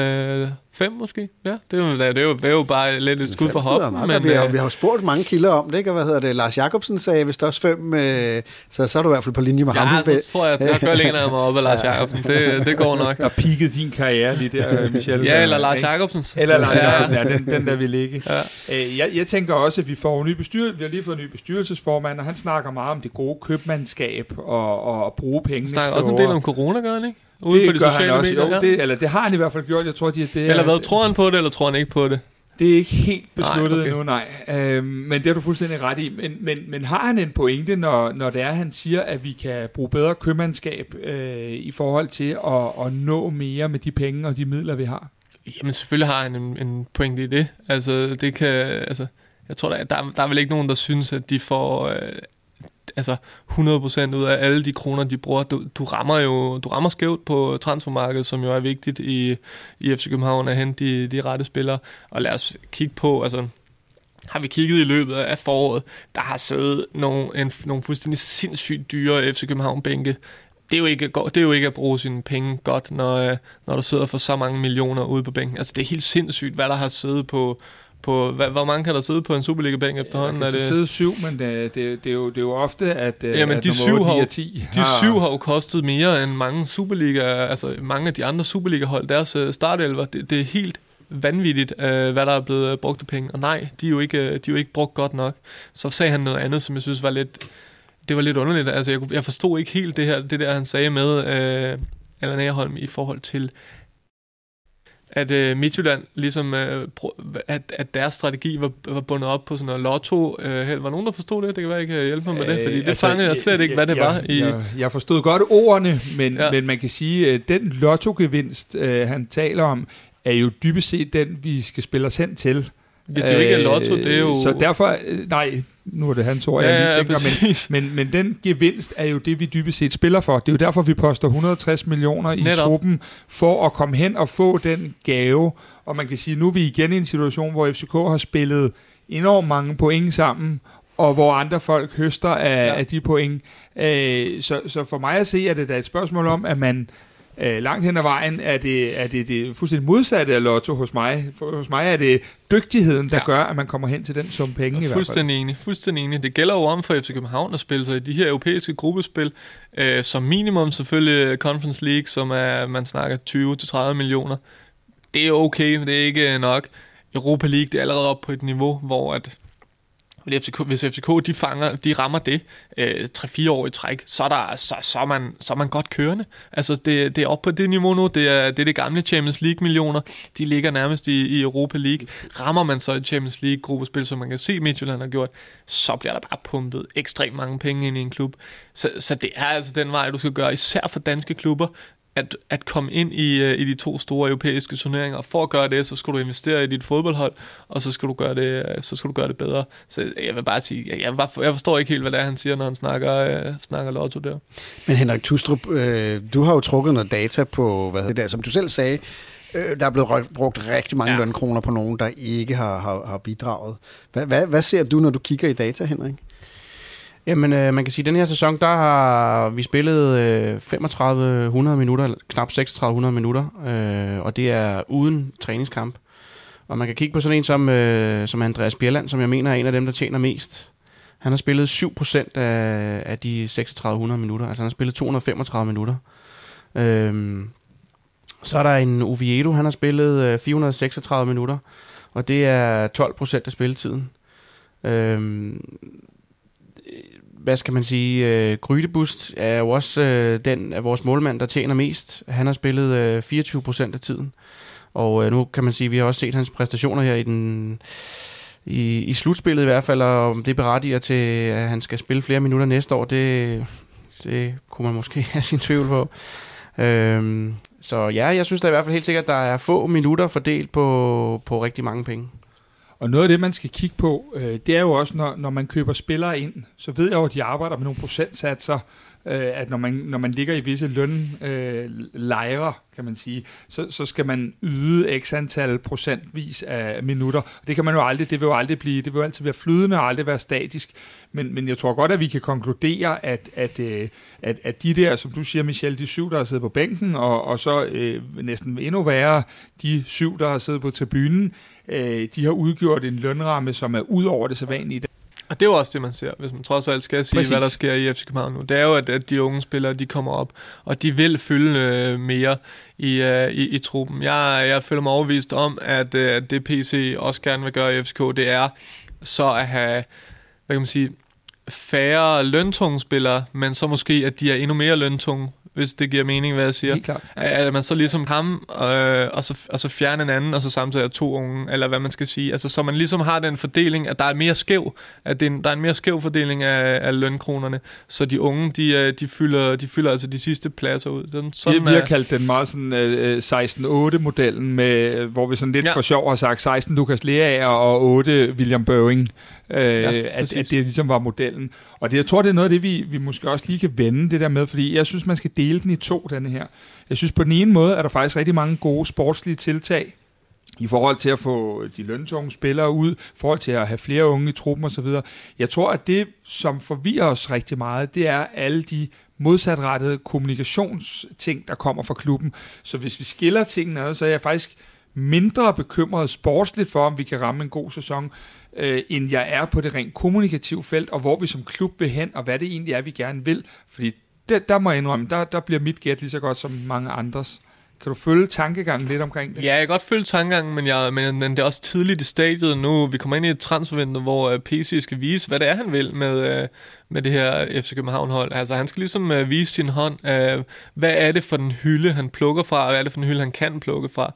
5 måske? Ja, det er jo bare lidt et skud for hoften. Men, vi har jo spurgt mange kilder om det, ikke? Hvad hedder det? Lars Jacobsen sagde, hvis der også 5, så er du i hvert fald på linje med ham. Ja, så tror jeg, at jeg gør længere mig op af Lars Jacobsen. Det går nok. Der peakede din karriere lige der, Michel. Ja, eller Lars Jacobsen. Eller Lars Jacobsen, den der vil ligge. Ja. Jeg tænker også, at vi har lige fået en ny bestyrelsesformand, og han snakker meget om det gode købmandskab og bruge penge. Han snakker også en del om corona, gør han ikke? Ude det på de sociale medier. Det har han i hvert fald gjort. Jeg tror, det eller hvad, tror han på det, eller tror han ikke på det? Det er ikke helt besluttet endnu, nej. Men det har du fuldstændig ret i. Men har han en pointe, når det er, han siger, at vi kan bruge bedre købmandskab i forhold til at nå mere med de penge og de midler, vi har? Jamen selvfølgelig har han en pointe i det. Altså, det kan, altså, jeg tror, der er vel ikke nogen, der synes, at de får... 100% ud af alle de kroner, de bruger. Du rammer skævt på transfermarkedet, som jo er vigtigt i FC København at hente de rette spillere. Og lad os kigge på, altså har vi kigget i løbet af foråret, der har siddet nogle fuldstændig sindssygt dyre FC København-bænke. Det er jo ikke at bruge sine penge godt, når der sidder for så mange millioner ude på bænken. Altså det er helt sindssygt, hvad der har siddet på hvor mange kan der sidde på en Superliga-bænk efterhånden? Der kan sidde 7, men det er jo ofte, at jamen, de 7 har jo kostet mere end mange Superliga, altså mange af de andre Superliga-hold, deres startelver. Det er helt vanvittigt, hvad der er blevet brugt af penge. Og nej, de er jo ikke brugt godt nok. Så sagde han noget andet, som jeg synes var lidt underligt. Altså, jeg forstod ikke helt det der, han sagde med Allan Agerholm i forhold til at Midtjylland ligesom at deres strategi var bundet op på sådan noget lotto. Var nogen, der forstod det? Det kan være, ikke hjælpe mig med det, fordi det fangede jeg slet ikke, hvad det var. Jeg forstod godt ordene, men man kan sige, at den lottogevinst, han taler om, er jo dybest set den, vi skal spille os hen til. Det er jo ikke lotto, det er jo... Så derfor, nej, nu er det hans ord, jeg lige tænker, men den gevinst er jo det, vi dybest set spiller for. Det er jo derfor, vi poster 160 millioner i truppen, for at komme hen og få den gave. Og man kan sige, nu er vi igen i en situation, hvor FCK har spillet enormt mange point sammen, og hvor andre folk høster af de point. Så for mig at se, er det da et spørgsmål om, at man langt hen ad vejen er det fuldstændig modsatte af lotto hos mig. Hos mig er det dygtigheden, der gør, at man kommer hen til den sum penge i hvert fald. Fuldstændig enig. Det gælder jo om for FC København at spille sig i de her europæiske gruppespil. Som minimum selvfølgelig Conference League, som er, man snakker 20-30 millioner. Det er okay, men det er ikke nok. Europa League, det er allerede op på et niveau, hvor Men hvis FCK de rammer det 3-4 år i træk, så er man godt kørende. Altså det er op på det niveau nu. Det er det gamle Champions League millioner. De ligger nærmest i Europa League. Rammer man så et Champions League gruppespil, som man kan se Midtjylland har gjort, så bliver der bare pumpet ekstremt mange penge ind i en klub. Så det er altså den vej, du skal gøre, især for danske klubber, at komme ind i de 2 store europæiske turneringer. Og for at gøre det, så skal du investere i dit fodboldhold, og så skal du gøre det bedre. Så jeg vil bare sige, jeg forstår ikke helt, hvad det er, han siger, når han snakker lotto der. Men Henrik Tustrup, du har jo trukket noget data på, som du selv sagde, der er blevet brugt rigtig mange lønkroner på nogen, der ikke har bidraget. Hvad ser du, når du kigger i data, Henrik? Jamen, man kan sige, at den her sæson, der har vi spillet 3500 minutter, knap 3600 minutter, og det er uden træningskamp. Og man kan kigge på sådan en som Andreas Bjelland, som jeg mener er en af dem, der tjener mest. Han har spillet 7% af de 3600 minutter, altså han har spillet 235 minutter. Så er der en Oviedo, han har spillet 436 minutter, og det er 12% af spilletiden. Hvad skal man sige, Grydebust er jo også den af vores målmand, der tjener mest. Han har spillet 24% af tiden. Og nu kan man sige, vi har også set hans præstationer her i slutspillet i hvert fald, og om det berettiger til, at han skal spille flere minutter næste år, det kunne man måske have sin tvivl på. Så ja, jeg synes da i hvert fald helt sikkert, at der er få minutter fordelt på rigtig mange penge. Og noget af det, man skal kigge på, det er jo også, når man køber spillere ind, så ved jeg jo, at de arbejder med nogle procentsatser, at når man ligger i visse lønlejre, kan man sige, så skal man yde x antal procentvis af minutter. Det kan man jo aldrig, det vil jo altid være flydende og aldrig være statisk. Men jeg tror godt, at vi kan konkludere, at de der, som du siger, Michel, de 7, der har siddet på bænken, og så næsten endnu værre, de 7, der har siddet på tribunen, de har udgjort en lønramme, som er ud over det sædvanlige. Og det er jo også det, man ser, hvis man trods alt skal sige, hvad der sker i FC København nu. Det er jo, at de unge spillere, de kommer op, og de vil fylde mere i truppen. Jeg føler mig overbevist om, at det PC også gerne vil gøre i FCK, det er så at have, hvad kan man sige, færre løntunge spillere, men så måske, at de er endnu mere løntunge, hvis det giver mening, hvad jeg siger. Helt klart. At man så ligesom ham, og så fjerne en anden, og så samtidig 2 unge, eller hvad man skal sige. Altså, så man ligesom har den fordeling, at der er mere skæv, at der er en mere skæv fordeling af lønkronerne, så de unge, de fylder altså de sidste pladser ud. Sådan, vi har kaldt den meget sådan 16-8-modellen, hvor vi sådan lidt for sjov har sagt 16 Lukas Leaer og 8 William Boeing. At det ligesom var modellen. Og jeg tror, det er noget af det, vi måske også lige kan vende det der med, fordi jeg synes, man skal dele den i 2, denne her. Jeg synes, på den ene måde er der faktisk rigtig mange gode sportslige tiltag i forhold til at få de løntunge spillere ud, i forhold til at have flere unge i truppen osv. Jeg tror, at det, som forvirrer os rigtig meget, det er alle de modsatrettede kommunikationsting, der kommer fra klubben. Så hvis vi skiller tingene ad, så er jeg faktisk mindre bekymret sportsligt for, om vi kan ramme en god sæson, end jeg er på det rent kommunikative felt, og hvor vi som klub vil hen, og hvad det egentlig er, vi gerne vil. Fordi der må jeg indrømme, der bliver mit gæt lige så godt som mange andres. Kan du følge tankegangen lidt omkring det? Ja, jeg kan godt følge tankegangen, men det er også tidligt i stadiet nu. Vi kommer ind i et transfervindue, hvor PC skal vise, hvad det er, han vil med det her FC København-hold. Altså, han skal ligesom vise sin hånd. Hvad er det for den hylde, han plukker fra, og hvad er det for en hylde, han kan plukke fra?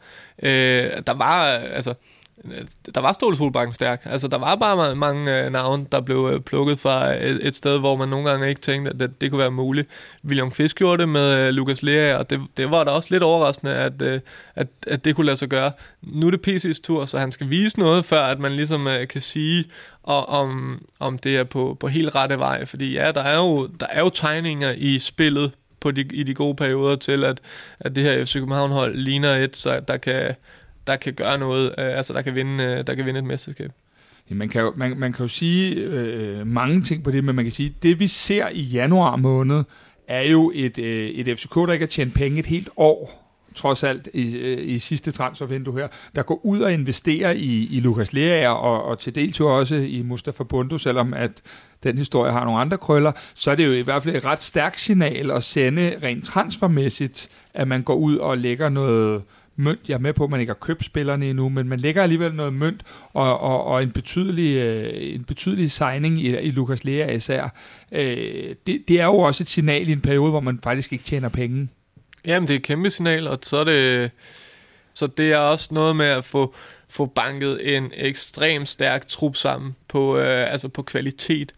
Der var Ståle Solbakken stærk. Altså, der var bare mange navne, der blev plukket fra et sted, hvor man nogle gange ikke tænkte, at det kunne være muligt. William Kvist gjorde det med Lukas Leaer, og det var da også lidt overraskende, at det kunne lade sig gøre. Nu er det PC's tur, så han skal vise noget, før at man ligesom kan sige, om det er på helt rette vej. Fordi ja, der er jo tegninger i spillet i de gode perioder til, at det her FC København-hold ligner et, så der kan gøre noget, altså der kan vinde et mesterskab. Ja, man kan jo sige mange ting på det, men man kan sige, det vi ser i januar måned, er jo et FCK, der ikke har tjent penge et helt år, trods alt i sidste transfervindue her, der går ud og investerer i Lukas Leaer og til dels jo også i Mustafa Bundu, selvom at den historie har nogle andre krøller, så er det jo i hvert fald et ret stærkt signal at sende rent transfermæssigt, at man går ud og lægger noget mønt. Jeg er med på, at man ikke har købt spillerne endnu, men man lægger alligevel noget mønt og en betydelig signing i Lucas Lea især. Det er jo også et signal i en periode, hvor man faktisk ikke tjener penge. Jamen, det er et kæmpe signal, og så det er også noget med at få banket en ekstremt stærk trup sammen på på kvalitet.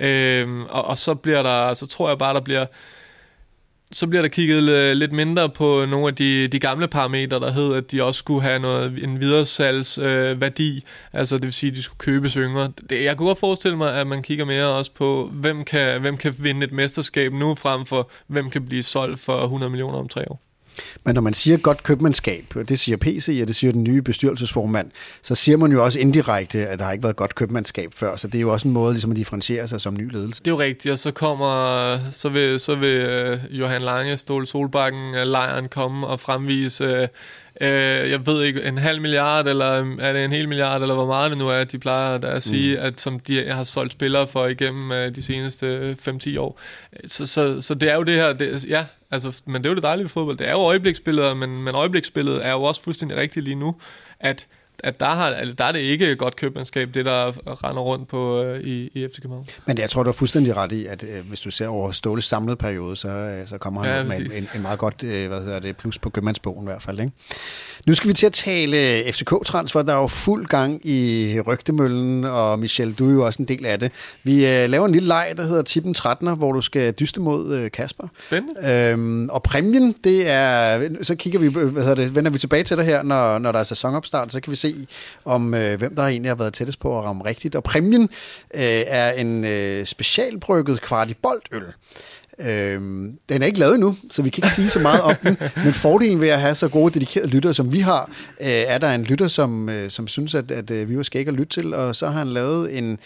Og så tror jeg bare så bliver der kigget lidt mindre på nogle af de gamle parametre, der hed, at de også skulle have en videresalgsværdi, altså det vil sige, at de skulle købes yngre. Jeg kunne godt forestille mig, at man kigger mere også på, hvem kan vinde et mesterskab nu, frem for hvem kan blive solgt for 100 millioner om 3 år. Men når man siger godt købmandskab, og det siger PC, og det siger den nye bestyrelsesformand, så siger man jo også indirekte, at der har ikke været godt købmandskab før, så det er jo også en måde ligesom at differentiere sig som ny ledelse. Det er jo rigtigt, og så vil Johan Lange, Ståle Solbakken, lejren komme og fremvise, jeg ved ikke, 0,5 milliard, eller er det 1 hel milliard, eller hvor meget det nu er, de plejer at sige, at som de har solgt spillere for igennem de seneste 5-10 år. Så det er jo det her, men det er jo det dejlige ved fodbold. Det er jo øjebliksbilleder, men øjebliksbilledet er jo også fuldstændig rigtigt lige nu, at der er det ikke et godt købmandskab, det der render rundt på i FC København. Men jeg tror, du er fuldstændig ret i, at hvis du ser over Ståles samlede periode, så kommer han med en meget godt plus på købmandsbogen i hvert fald. Ikke? Nu skal vi til at tale FCK-transfer. Der er jo fuld gang i rygtemøllen, og Michel, du er jo også en del af det. Vi laver en lille leg, der hedder Tippen 13'er, hvor du skal dyste mod Kasper. Spændende. Og præmien, det er... Så kigger vi, vender vi tilbage til dig her, når der er sæsonopstart, så kan vi se, om hvem der egentlig har været tættest på at ramme rigtigt. Og præmien er en specialbrygget Kvartibolt-øl. Den er ikke lavet endnu, så vi kan ikke sige så meget om den, men fordelen ved at have så gode dedikerede lyttere, som vi har, er der en lytter, som synes, at vi var skæg at lytte til, og så har han lavet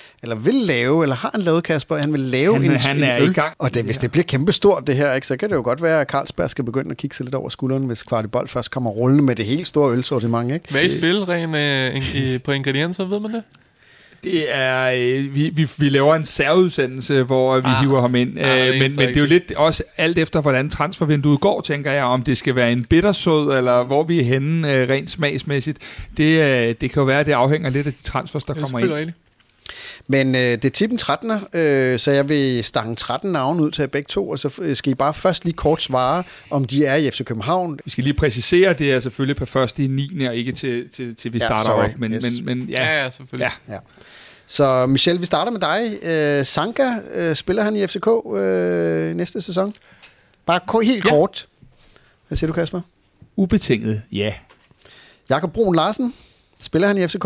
har han lavet, Kasper, han vil lave en øl, i gang. og hvis det bliver kæmpestort det her, ikke, så kan det jo godt være, at Carlsberg skal begynde at kigge sig lidt over skulderen, hvis Kvartibolt først kommer rullende med det helt store ølsortiment, ikke? Hvad er i spil, på ingredienser, ved man det? Det er, vi laver en særudsendelse, hvor vi hiver ham ind, men det er jo lidt også alt efter, hvordan transfervinduet går, tænker jeg, om det skal være en bittersød, eller hvor vi er henne rent smagsmæssigt. Det kan jo være, at det afhænger lidt af de transfers, der kommer ind. Rigtigt. Men det er tippen 13'er, så jeg vil stange 13 navne ud til begge to, og så skal I bare først lige kort svare, om de er i FC København. Vi skal lige præcisere, at det er selvfølgelig per 1.9. og ikke til vi starter op. Men ja, selvfølgelig. Ja. Så Michel, vi starter med dig. Sanka, spiller han i FCK næste sæson? Bare helt kort. Hvad siger du, Kasper? Ubetinget, ja. Jakob Brun Larsen, spiller han i FCK?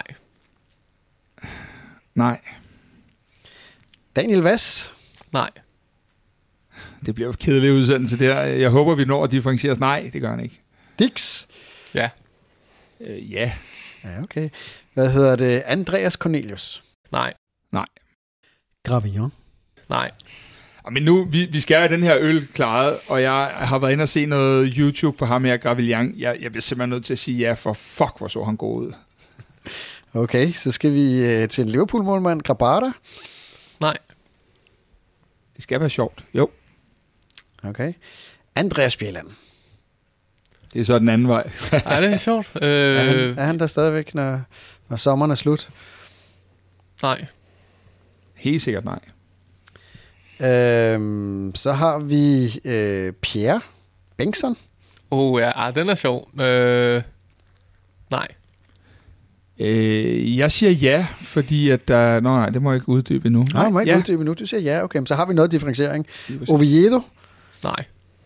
Nej. Daniel Vass? Nej. Det bliver jo kedelig udsendelse der. Jeg håber, vi når at differentiere. Nej, det gør han ikke. Dix? Ja. Ja. Ja, okay. Hvad hedder det? Andreas Cornelius? Nej. Gravillon? Nej. Men nu, vi skal have den her øl klaret, og jeg har været inde og se noget YouTube på ham her, Gravillon. Jeg bliver simpelthen nødt til at sige ja, for fuck, hvor så han god ud. Okay, så skal vi til en Liverpool-målmand, Grabada? Nej. Det skal være sjovt, jo. Okay. Andreas Bjelland? Det er så den anden vej. Ja, det er sjovt. Er han der stadigvæk, når sommeren er slut? Nej. Helt sikkert nej. Så har vi Pierre Bengtsson. Den er sjov. Nej. Jeg siger ja, fordi at der... Nej, det må jeg ikke uddybe endnu. Nej, må jeg ikke uddybe endnu. Du siger ja, okay. Så har vi noget differentiering. Oviedo? Nej.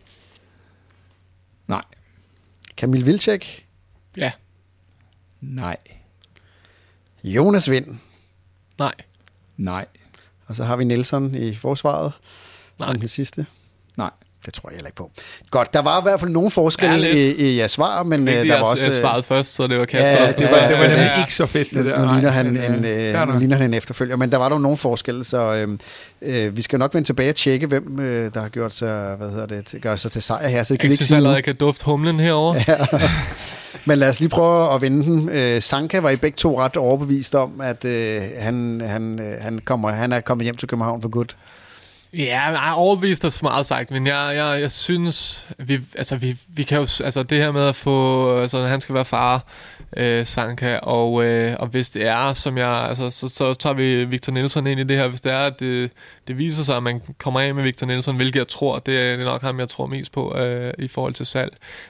Kamil Vilcek? Ja. Nej. Jonas Vind? Nej. Og så har vi Nelson i forsvaret som den sidste. Nej. Det tror jeg heller ikke på. Godt, der var i hvert fald nogle forskelle i jeres svar, men der var også... Jeg svarede først, så det var Kasper. Ja, det var nemlig ikke så fedt, det der. Nu ligner han en efterfølger, men der var nogle forskelle, så vi skal nok vende tilbage og tjekke, hvem der har gjort sig, gør sig til sejr her. Så det kan jeg synes allerede, jeg kan dufte humlen herovre. Ja. Men lad os lige prøve at vende den. Sanka var I begge to ret overbevist om, at han er kommet hjem til København for godt. Ja, jeg er overbevist og så meget sagt, men jeg synes, vi kan jo, altså det her med at få, altså han skal være far, Sanka, og hvis det er, som jeg, altså så tager vi Victor Nelsson ind i det her, hvis det er, at det viser sig, at man kommer af med Victor Nelsson, hvilket jeg tror, det er nok ham, jeg tror mest på i forhold til salg,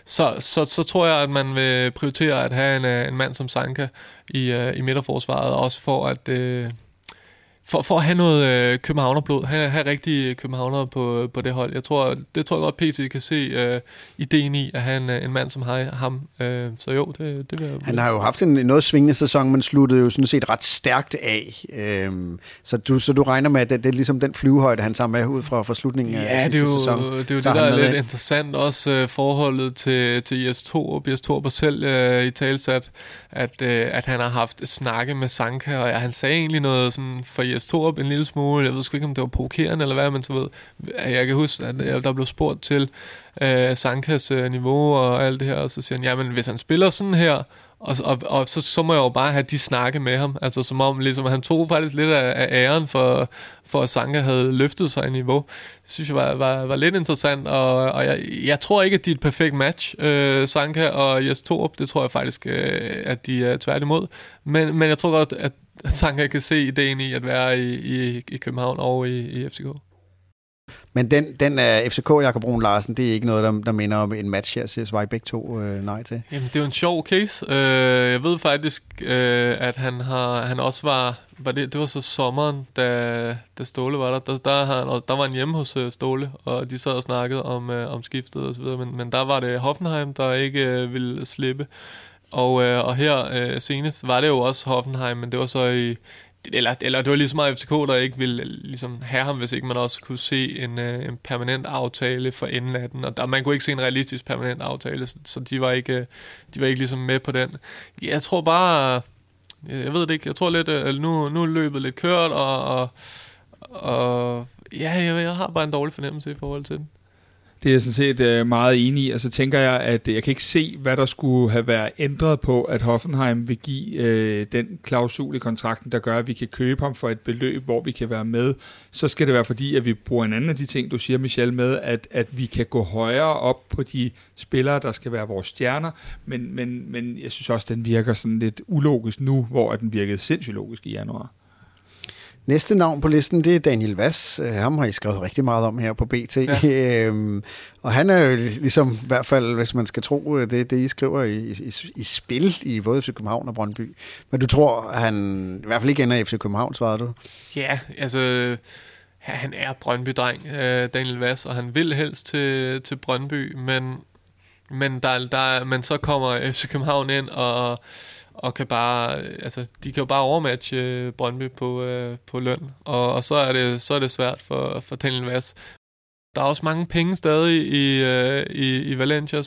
så tror jeg, at man vil prioritere at have en mand som Sanka i midterforsvaret, også for at... For at have noget københavnerblod, have rigtige københavnere på det hold. Det tror jeg godt, PC kan se ideen i at have en mand som ham. Så jo, det vil jeg... Han har jo haft en noget svingende sæson, men sluttede jo sådan set ret stærkt af. Så du regner med, at det er ligesom den flyvehøjde, han tager med ud fra slutningen af sidste sæson. Ja, det er jo det, der er lidt interessant. Også forholdet til Jes Torup. Jes Torup har selv i talsat, at han har haft snakke med Sanka, og han sagde egentlig noget sådan for Jes Torup en lille smule. Jeg ved sgu ikke, om det var provokerende eller hvad, men så ved jeg kan huske, at der blev spurgt til Sankas niveau og alt det her, og så siger han, jamen hvis han spiller sådan her, og så må jeg jo bare have de snakke med ham, altså som om ligesom, han tog faktisk lidt af æren for at Sanka havde løftet sig i niveau. Det synes jeg var lidt interessant, og jeg tror ikke, at de er et perfekt match, Sanka og Jes Torup. Det tror jeg faktisk, at de er tværtimod, men jeg tror godt, at Sanka kan se ideen i at være i København og i FCK. Men den af FCK, Jakob Brun Larsen, det er ikke noget, der minder om en match her, siger I begge to nej til? Jamen, det er jo en sjov case. Jeg ved faktisk, at han også var det var så sommeren, da Ståle var der var han hjemme hos Ståle, og de sad og snakkede om skiftet og så videre, men der var det Hoffenheim, der ikke ville slippe. Og her senest var det jo også Hoffenheim, men det var så eller det var lige så meget FCK, der ikke ville ligesom have ham, hvis ikke man også kunne se en permanent aftale for enden af den. Og man kunne ikke se en realistisk permanent aftale, så de var ikke ligesom med på den. Jeg tror bare, jeg ved det ikke, jeg tror lidt, nu er løbet lidt kørt, og ja, jeg har bare en dårlig fornemmelse i forhold til den. Det er jeg sådan set meget enig i, og så tænker jeg, at jeg kan ikke se, hvad der skulle have været ændret på, at Hoffenheim vil give den klausul i kontrakten, der gør, at vi kan købe ham for et beløb, hvor vi kan være med. Så skal det være fordi, at vi bruger en anden af de ting, du siger, Michel, med, at vi kan gå højere op på de spillere, der skal være vores stjerner, men jeg synes også, den virker sådan lidt ulogisk nu, hvor den virkede sindssygt logisk i januar. Næste navn på listen, det er Daniel Hviss. Ham har I skrevet rigtig meget om her på BT. Ja. Og han er jo ligesom, i hvert fald, hvis man skal tro det I skriver i spil i både FC København og Brøndby. Men du tror, han i hvert fald ikke ender i FC København, svarede du? Ja, altså... Han er Brøndby-dreng, Daniel Hviss, og han vil helst til Brøndby, men så kommer FC København ind og kan bare, altså de kan jo bare overmatche Brøndby på løn, og så er det svært for Daniel Hviss. Der er også mange penge stadig i Valencia,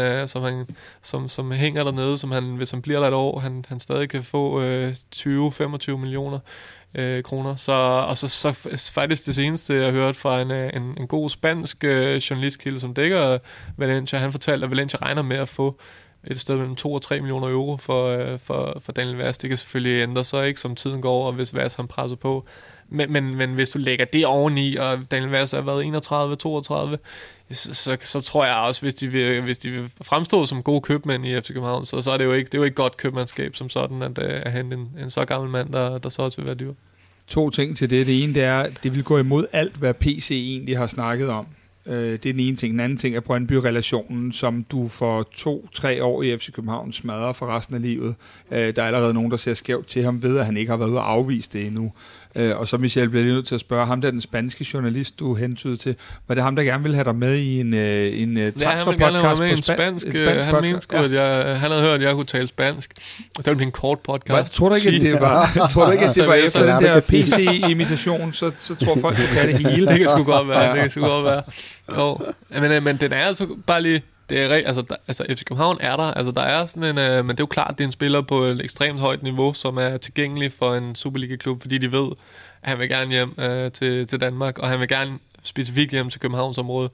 som hænger dernede, som han, hvis han bliver der et år, han stadig kan få 20-25 millioner kroner. Så faktisk det seneste, jeg har hørt fra en god spansk journalistkilde, som dækker Valencia, han fortalte, at Valencia regner med at få et sted mellem 2 og 3 millioner euro for Daniel Hviss. Det kan selvfølgelig ændre sig, ikke, som tiden går, og hvis Hviss han presser på. Men hvis du lægger det oveni, og Daniel Hviss har været 31-32, så tror jeg også, hvis de vil fremstå som gode købmænd i FC København, så er det jo ikke godt købmandskab som sådan, at hente en så gammel mand, der så også vil være dyr. 2 ting til det. Det ene, det er, at det vil gå imod alt, hvad PC egentlig har snakket om. Det er den ene ting. Den anden ting er Brøndby-relationen, som du for 2-3 år i FC København smadrer for resten af livet. Der er allerede nogen, der ser skævt til ham ved, at han ikke har været ude at afvise det endnu. Og så Michel bliver lige nødt til at spørge ham, der den spanske journalist, du hentydede til. Var det ham, der gerne ville have dig med i en transferpodcast? Ja, han ville gerne have med i en spansk han mente sgu, at han havde hørt, at jeg kunne tale spansk. Og det ville blive en kort podcast. Tror du ikke, at det var efter den der PC-imitation, så tror folk, at det er det hele? Det kan sgu godt være. Jo. Men den er altså bare lige... Det er altså FC København er der. Altså der er sådan en, men det er jo klart, det er en spiller på et ekstremt højt niveau, som er tilgængelig for en Superliga-klub, fordi de ved, at han vil gerne hjem til Danmark, og han vil gerne specifikt hjem til Københavnsområdet.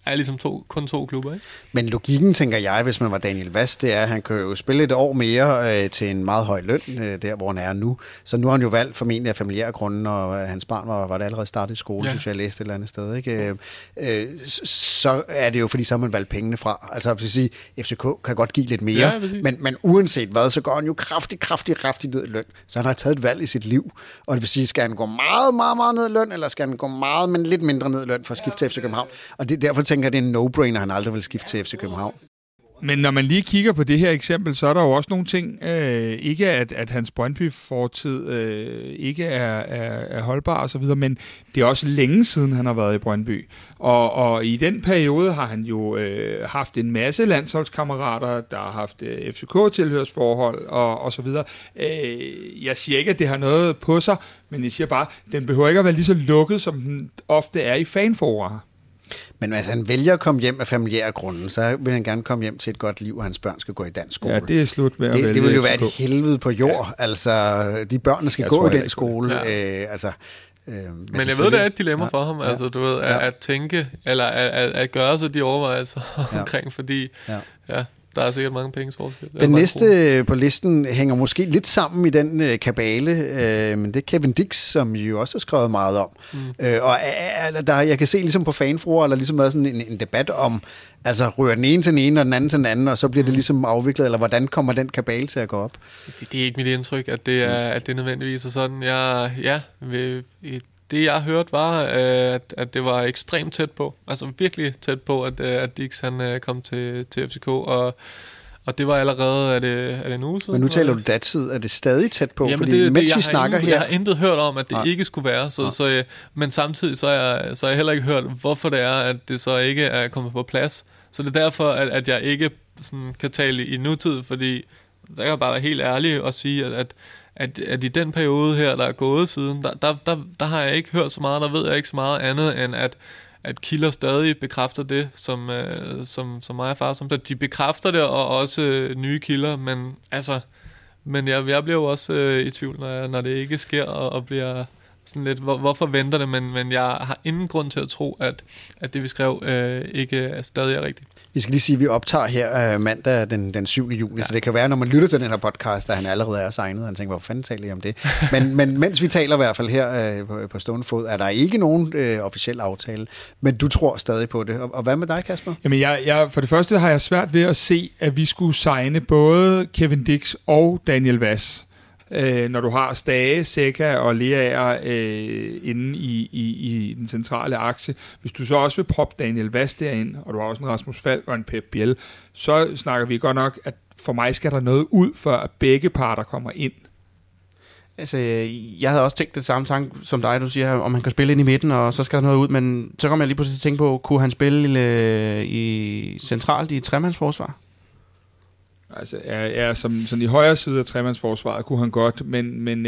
er ligesom kun to klubber, ikke? Men logikken, tænker jeg, hvis man var Daniel Vaz, det er, at han kan jo spille et år mere til en meget høj løn, der hvor han er nu. Så nu har han jo valgt formentlig af familiære grunde, og hans barn var det allerede startet i skole, synes jeg læste et eller andet sted. Ikke? Så er det jo, fordi så har man valgt pengene fra. Altså, jeg vil sige, FCK kan godt give lidt mere, men uanset hvad, så går han jo kraftigt ned i løn. Så han har taget et valg i sit liv, og det vil sige, skal han gå meget, meget, meget ned i løn, eller skal han gå meget, men lidt mindre ned i løn for at skifte til FC København? Og derfor tænker jeg, at det er en no-brainer, han aldrig vil skifte til FC København. Men når man lige kigger på det her eksempel, så er der jo også nogle ting, ikke at hans Brøndby-fortid ikke er holdbar og så videre, men det er også længe siden, han har været i Brøndby. Og i den periode har han jo haft en masse landsholdskammerater, der har haft FCK-tilhørsforhold og så videre. Jeg siger ikke, at det har noget på sig, men jeg siger bare, at den behøver ikke at være lige så lukket, som den ofte er i fanfora. Men hvis han vælger at komme hjem af familiære grunde, så vil han gerne komme hjem til et godt liv, og hans børn skal gå i dansk skole. Ja, det er slut med at vælge. Det vil jo være et helvede på jord. Ja. Altså, de børn skal gå i den skole. Ja. Men jeg ved, det er et dilemma for ham, altså du ved, at tænke, eller at gøre sig de overvejelser omkring, fordi der er sikkert mange penges forskel. Den næste på listen hænger måske lidt sammen i den kabale, men det er Kevin Dix, som jo også har skrevet meget om. Og jeg kan se ligesom på fanfruer, eller ligesom været sådan en debat om, altså rører den ene til den ene, og den anden til den anden, og så bliver det ligesom afviklet, eller hvordan kommer den kabale til at gå op? Det er ikke mit indtryk, at det er nødvendigvis sådan. Det jeg hørte var, at det var ekstremt tæt på, altså virkelig tæt på, at Dix han kom til FCK, og det var allerede, er det en uge siden? Men nu taler du datid, er det stadig tæt på? Jamen fordi mens vi snakker her... Jeg har intet hørt om, at det ikke skulle være, men samtidig så har jeg heller ikke hørt, hvorfor det er, at det så ikke er kommet på plads. Så det er derfor, at jeg ikke sådan kan tale i nutid, fordi der kan jeg bare være helt ærlig og sige, at i den periode her, der er gået siden, der har jeg ikke hørt så meget, der ved jeg ikke så meget andet, end at kilder stadig bekræfter det, som mig og far, som de bekræfter det, og også nye kilder, men jeg bliver jo også i tvivl, når det ikke sker, og bliver sådan lidt, hvorfor venter det, men jeg har ingen grund til at tro, at det vi skrev ikke stadig er rigtigt. Vi skal lige sige, at vi optager her mandag den 7. juni, så det kan være, når man lytter til den her podcast, at han allerede er signet, og han tænker, hvorfor fanden taler I om det? Men mens vi taler i hvert fald her på stående fod, er der ikke nogen officiel aftale, men du tror stadig på det. Og hvad med dig, Kasper? Jamen, jeg for det første har jeg svært ved at se, at vi skulle signe både Kevin Dix og Daniel Vaz. Når du har Stage, Seca og Leaer inde i den centrale akse. Hvis du så også vil proppe Daniel Vaz derind, og du har også en Rasmus Falk og en Pep Biel, så snakker vi godt nok, at for mig skal der noget ud, før at begge parter kommer ind. Altså, jeg havde også tænkt det samme tanke som dig, du siger, om han kan spille ind i midten, og så skal der noget ud, men så kommer jeg lige pludselig til at tænke på, kunne han spille centralt i et tremandsforsvar? Altså, som sådan i højre side af tremandsforsvaret kunne han godt, men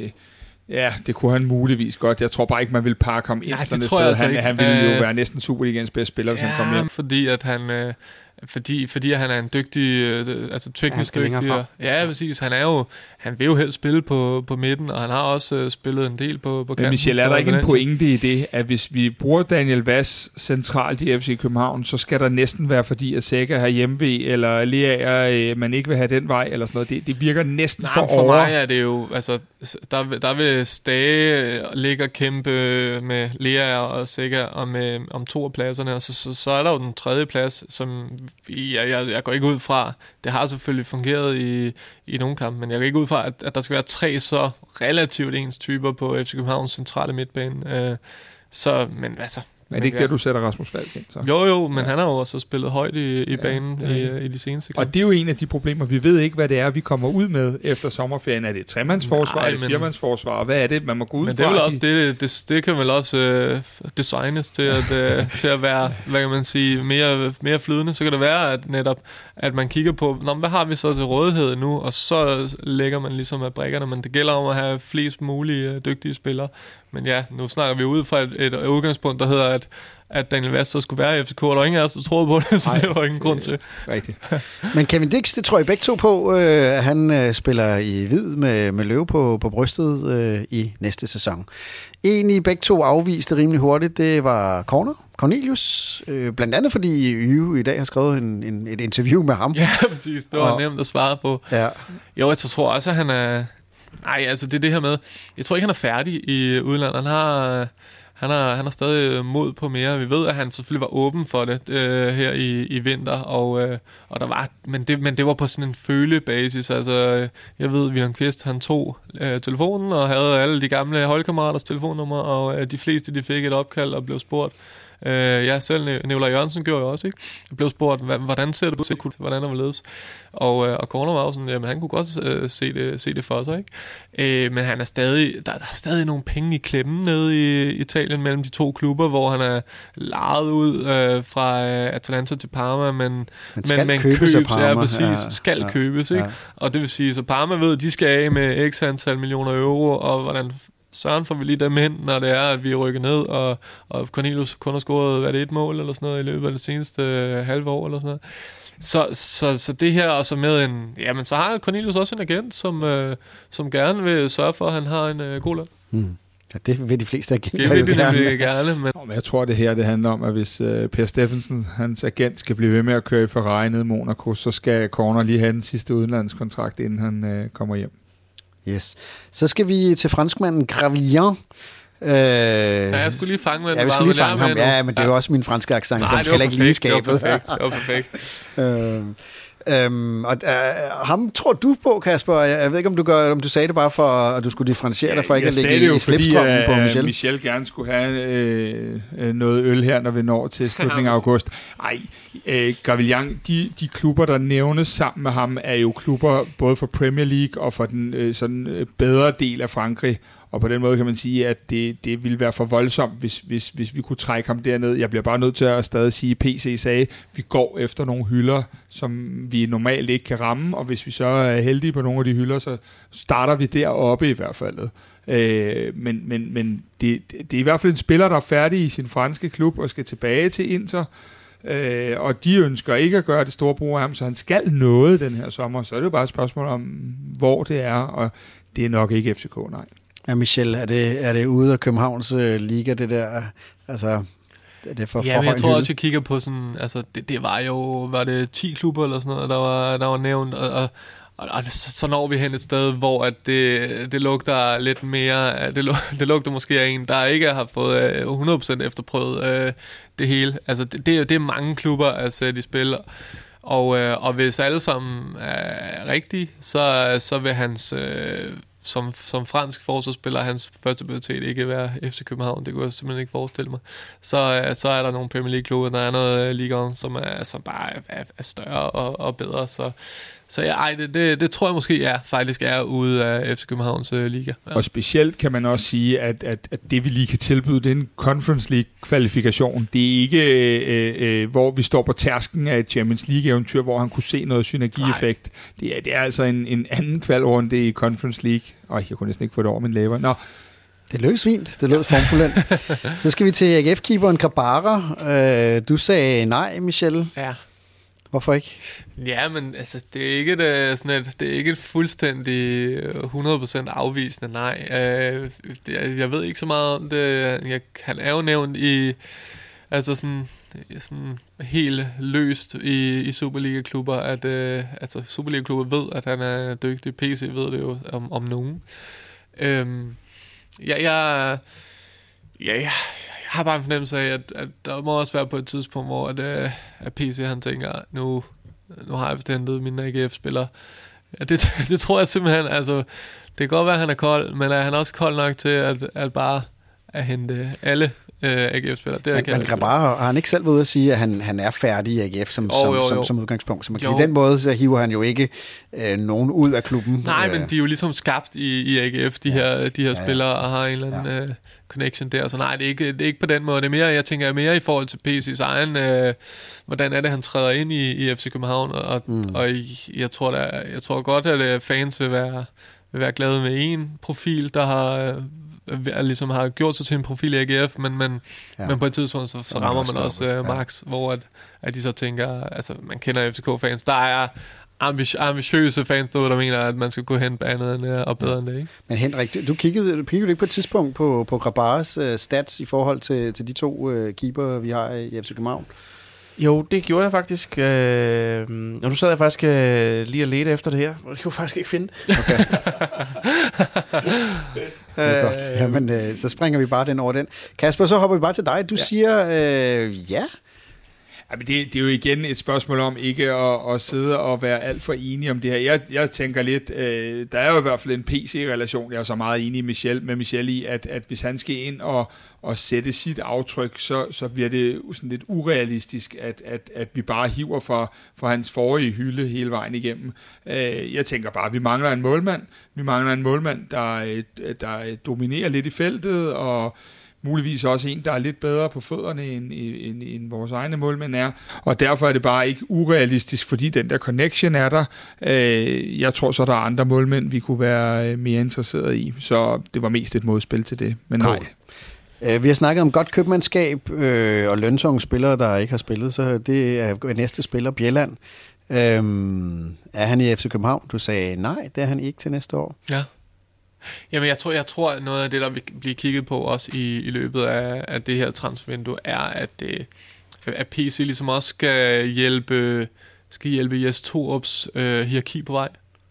det kunne han muligvis godt. Jeg tror bare ikke, man ville pakke ham ind sådan et sted. Han ville jo være næsten Superligaens bedste spiller, hvis han kom hjem. Fordi at han... Fordi han er en dygtig, altså teknisk dygtig. Ja, præcis. Han vil jo helst spille på midten, og han har også spillet en del på kanten. Men Michel, er der ikke en pointe i det, at hvis vi bruger Daniel Vaz centralt i FC København, så skal der næsten være fordi, at Seca har hjemve, eller Leaer, man ikke vil have den vej, eller sådan noget. Det virker næsten for mig er det jo, altså, der vil Stage ligge og kæmpe med Leaer og Seca om 2 af pladserne, og så er der jo den 3. plads, som jeg går ikke ud fra. Det har selvfølgelig fungeret i nogle kampe, men jeg går ikke ud fra, at der skal være 3 så relativt ens typer på FC Københavns centrale midtbane. Men altså... Er det ikke der, du sætter Rasmus Falk ind? Så? Jo, men han har jo også spillet højt i banen i de seneste kampe. Og det er jo en af de problemer. Vi ved ikke, hvad det er, vi kommer ud med efter sommerferien. Er det et tremandsforsvar, eller et firmandsforsvar? Hvad er det, man må gå ud fra? Men det er vel også det kan vel også designes til at være, hvad kan man sige, mere flydende. Så kan det være, at netop at man kigger på, hvad har vi så til rådighed nu? Og så lægger man ligesom af brikkerne. Men det gælder om at have flest mulige dygtige spillere. Men ja, nu snakker vi ud fra et udgangspunkt, der hedder, at Daniel Vaz så skulle være i FCK, og der er ingen af os, der troede på det, så det var ingen grund til. Rigtigt. Men Kevin Dix, det tror jeg begge to på, han spiller i hvid med løve på brystet i næste sæson. En i begge to afviste rimelig hurtigt, det var Cornelius, blandt andet fordi Yve i dag har skrevet et interview med ham. Ja, præcis. Det var nemt at svare på. Ja. Jo, jeg tror også, at han er... Nej, altså det er det her med... Jeg tror ikke, han er færdig i udlandet. Han har stadig mod på mere. Vi ved, at han selvfølgelig var åben for det her i vinter, og der var, men det var på sådan en følebasis. Altså, jeg ved, William Kvist, han tog telefonen og havde alle de gamle holdkammeraters telefonnummer, og de fleste, de fik et opkald og blev spurgt. Jeg selv, Nicolaj Jørgensen, gjorde jeg også, ikke? Jeg blev spurgt, hvordan ser det ud, hvordan er det ledes? Og Corner var jo sådan, jamen han kunne godt se det for sig, ikke? Men han er stadig, der er stadig nogle penge i klemmen nede i Italien mellem de to klubber, hvor han er lejet ud fra Atalanta til Parma, men købes, ja, præcis, skal købes, ikke? Og det vil sige, så Parma ved, at de skal af med x antal millioner euro, og hvordan Søren får vi lige dem hen, når det er, at vi rykker ned, og Cornelius kun har scoret, et mål eller sådan noget i løbet af det seneste halve år eller sådan noget. Så det her, og så med en... Jamen, så har Cornelius også en agent, som gerne vil sørge for, at han har en god løn. Ja, det vil de fleste agenter det vil de nemlig gerne. Men jeg tror, det her det handler om, at hvis Per Steffensen, hans agent, skal blive ved med at køre i Ferrari ned i Monaco, så skal Corner lige have den sidste udenlandskontrakt, inden han kommer hjem. Yes. Så skal vi til franskmanden Gravillon. Jeg skulle lige fange med ham. Ja, men det er jo også min franske accent, så skal ikke lige skabet. Det var perfekt. Ham tror du på, Kasper? Jeg ved ikke, om du sagde det bare for, at du skulle differentiere dig, for ikke at ligge i slipstrømmen på Michel. Michel gerne skulle have noget øl her, når vi når til slutningen af august. Gravillon, de klubber, der nævnes sammen med ham, er jo klubber både for Premier League og for den sådan bedre del af Frankrig. Og på den måde kan man sige, at det ville være for voldsomt, hvis vi kunne trække ham derned. Jeg bliver bare nødt til at stadig sige, at PC sagde, at vi går efter nogle hylder, som vi normalt ikke kan ramme, og hvis vi så er heldige på nogle af de hylder, så starter vi deroppe i hvert fald. Men det er i hvert fald en spiller, der er færdig i sin franske klub og skal tilbage til Inter, og de ønsker ikke at gøre det store brug af ham, så han skal noget den her sommer. Så er det jo bare et spørgsmål om, hvor det er, og det er nok ikke FCK, nej. Ja, Michel, er det ude af Københavns liga, det der? Altså, er det for men jeg tror også, jeg kigger på sådan, altså, det var jo, var det 10 klubber eller sådan noget, der var nævnt, og så når vi hen et sted, hvor at det lugter lidt mere, det lugter måske af en, der ikke har fået 100% efterprøvet det hele. Altså, det er mange klubber at sætte i spil, og hvis alle sammen er rigtige, så vil hans... Som fransk forsvarsspiller, hans første prioritet ikke være FC København. Det kunne jeg simpelthen ikke forestille mig. Så er der nogle Premier League-klubber, der er noget Ligue 1, som bare er større og bedre. Så ja, det tror jeg måske faktisk er ude af FC Københavns liga. Ja. Og specielt kan man også sige, at det vi lige kan tilbyde, det er en Conference League-kvalifikation. Det er ikke, hvor vi står på tærsken af et Champions League-eventyr, hvor han kunne se noget synergieffekt. Det er altså en anden kvalrunde i Conference League. Jeg kunne næsten ikke få det over min læber. Nå. Det lød fint. Det lød formfuldendt. Så skal vi til AGF-keeperen Grabara. Du sagde nej, Michel. Ja. Hvorfor ikke? Ja, men altså, det er ikke et fuldstændig 100% afvisende nej. Jeg ved ikke så meget om det. Han er jo nævnt i altså sådan helt løst i Superliga-klubber, at altså Superliga-klubber ved, at han er dygtig. PC ved det jo om nogen. Jeg har bare en fornemmelse af, at der må også være på et tidspunkt, hvor at PC han tænker, nu har jeg vist hentet mine AGF-spillere. Ja, det tror jeg simpelthen, altså, det kan godt være, at han er kold, men er han også kold nok til at bare at hente alle AGF-spillere? Men Grabara, har han ikke selv været ude at sige, at han er færdig i AGF som udgangspunkt? Så man kan, i den måde, så hiver han jo ikke nogen ud af klubben. Nej, men de er jo ligesom skabt i AGF, de her spillere, og har en eller anden connection der. Så nej, det er ikke på den måde. Det er mere, jeg tænker mere i forhold til PC's egen, hvordan er det, han træder ind i FC København, og jeg tror godt, at fans vil være glade med en profil, der har gjort sig til en profil i AGF, men på et tidspunkt så rammer man også max, hvor at de så tænker, altså man kender FCK-fans, der er ambitiøse fans, der mener, at man skal gå hen på andet end, og bedre end det, ikke? Men Henrik, du kiggede ikke på et tidspunkt på Grabares stats i forhold til de to keeper, vi har i FC København? Jo, det gjorde jeg faktisk. Og nu sad jeg faktisk lige og ledte efter det her, og det kunne jeg faktisk ikke finde. Okay. Det er godt. Jamen, så springer vi bare den over den. Kasper, så hopper vi bare til dig. Du siger ja. Men det er jo igen et spørgsmål om ikke at sidde og være alt for enige om det her. Jeg tænker lidt, der er jo i hvert fald en PC-relation, jeg er så meget enig med Michel i, at hvis han skal ind og sætte sit aftryk, så bliver det sådan lidt urealistisk, at vi bare hiver for hans forrige hylde hele vejen igennem. Jeg tænker bare, at vi mangler en målmand. Vi mangler en målmand, der dominerer lidt i feltet, og muligvis også en, der er lidt bedre på fødderne, end vores egne målmænd er. Og derfor er det bare ikke urealistisk, fordi den der connection er der. Jeg tror så, der er andre målmænd, vi kunne være mere interesseret i. Så det var mest et modspil til det. Men nej. Vi har snakket om godt købmandskab og løntunge spillere, der ikke har spillet, så det er næste spiller, Bjelland. Er han i FC København? Du sagde nej, det er han ikke til næste år. Ja. Jamen, jeg tror noget af det, der vil blive kigget på også i løbet af det her transfervindue, er, at PC ligesom også skal hjælpe Jes Torups hierarki på vej.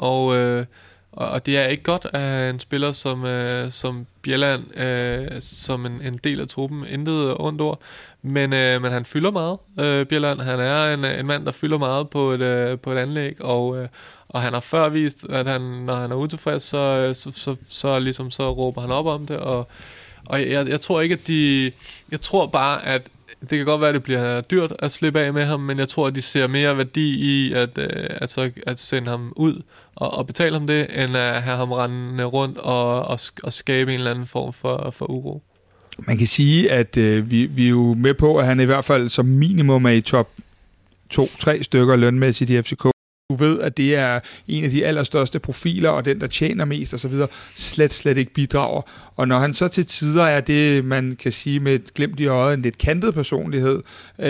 Og det er ikke godt, at en spiller som Bjelland, som en del af truppen, intet ondt ord, men han fylder meget. Bjelland, han er en mand, der fylder meget på et anlæg, og han har før vist, at når han er utilfreds, så ligesom så råber han op om det, og jeg tror ikke, jeg tror bare, at det kan godt være, at det bliver dyrt at slippe af med ham, men jeg tror, at de ser mere værdi i at sende ham ud og betale ham det, end at have ham rendende rundt og skabe en eller anden form for uro. Man kan sige, at vi er jo med på, at han i hvert fald som minimum er i top 2-3 stykker lønmæssigt i FCK. Du ved, at det er en af de allerstørste profiler, og den, der tjener mest osv., slet ikke bidrager. Og når han så til tider er det, man kan sige med et glimt i øjet, en lidt kantet personlighed,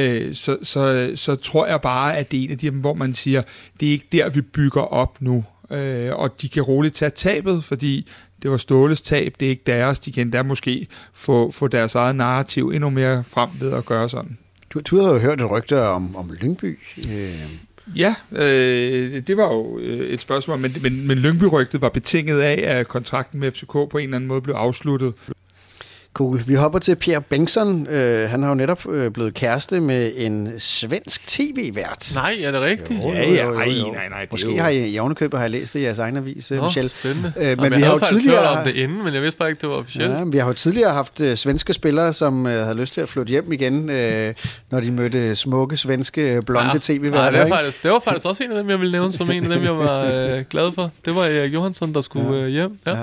så tror jeg bare, at det er en af de, hvor man siger, det er ikke der, vi bygger op nu. Og de kan roligt tage tabet, fordi det var Ståles tab, det er ikke deres. De kan endda måske få deres eget narrativ endnu mere frem ved at gøre sådan. Du har jo hørt et rygte om Lyngby. Ja, det var jo et spørgsmål, men Lyngby-rygtet var betinget af, at kontrakten med FCK på en eller anden måde blev afsluttet. Cool. Vi hopper til Pierre Bengtsson. Han har jo netop blevet kæreste med en svensk tv-vært. Nej, er det rigtigt? Jo. Nej. Måske har I ovenikøbet har I læst det i jeres egen avis, Michel. Spændende. Men vi har jo tidligere om det inden, men jeg vidste bare ikke, det var officielt. Ja, vi har jo tidligere haft svenske spillere, som havde lyst til at flytte hjem igen, når de mødte smukke, svenske, blonde tv-værter. Det var faktisk også en af dem, jeg ville nævne som en af dem, jeg var glad for. Det var Erik Johansson, der skulle hjem. Ja.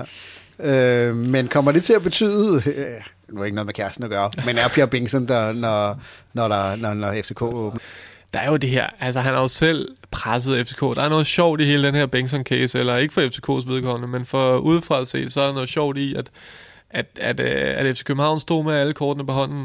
Men kommer det til at betyde, nu er ikke noget med kæresten at gøre, men er Pierre Bengtsson der, når FCK åbner? Der er jo det her, altså han har jo selv presset FCK. Der er noget sjovt i hele den her Bengtsson-case, eller ikke for FCK's vedkommende, men for udefra at se, så er der noget sjovt i, at FC København stod med alle kortene på hånden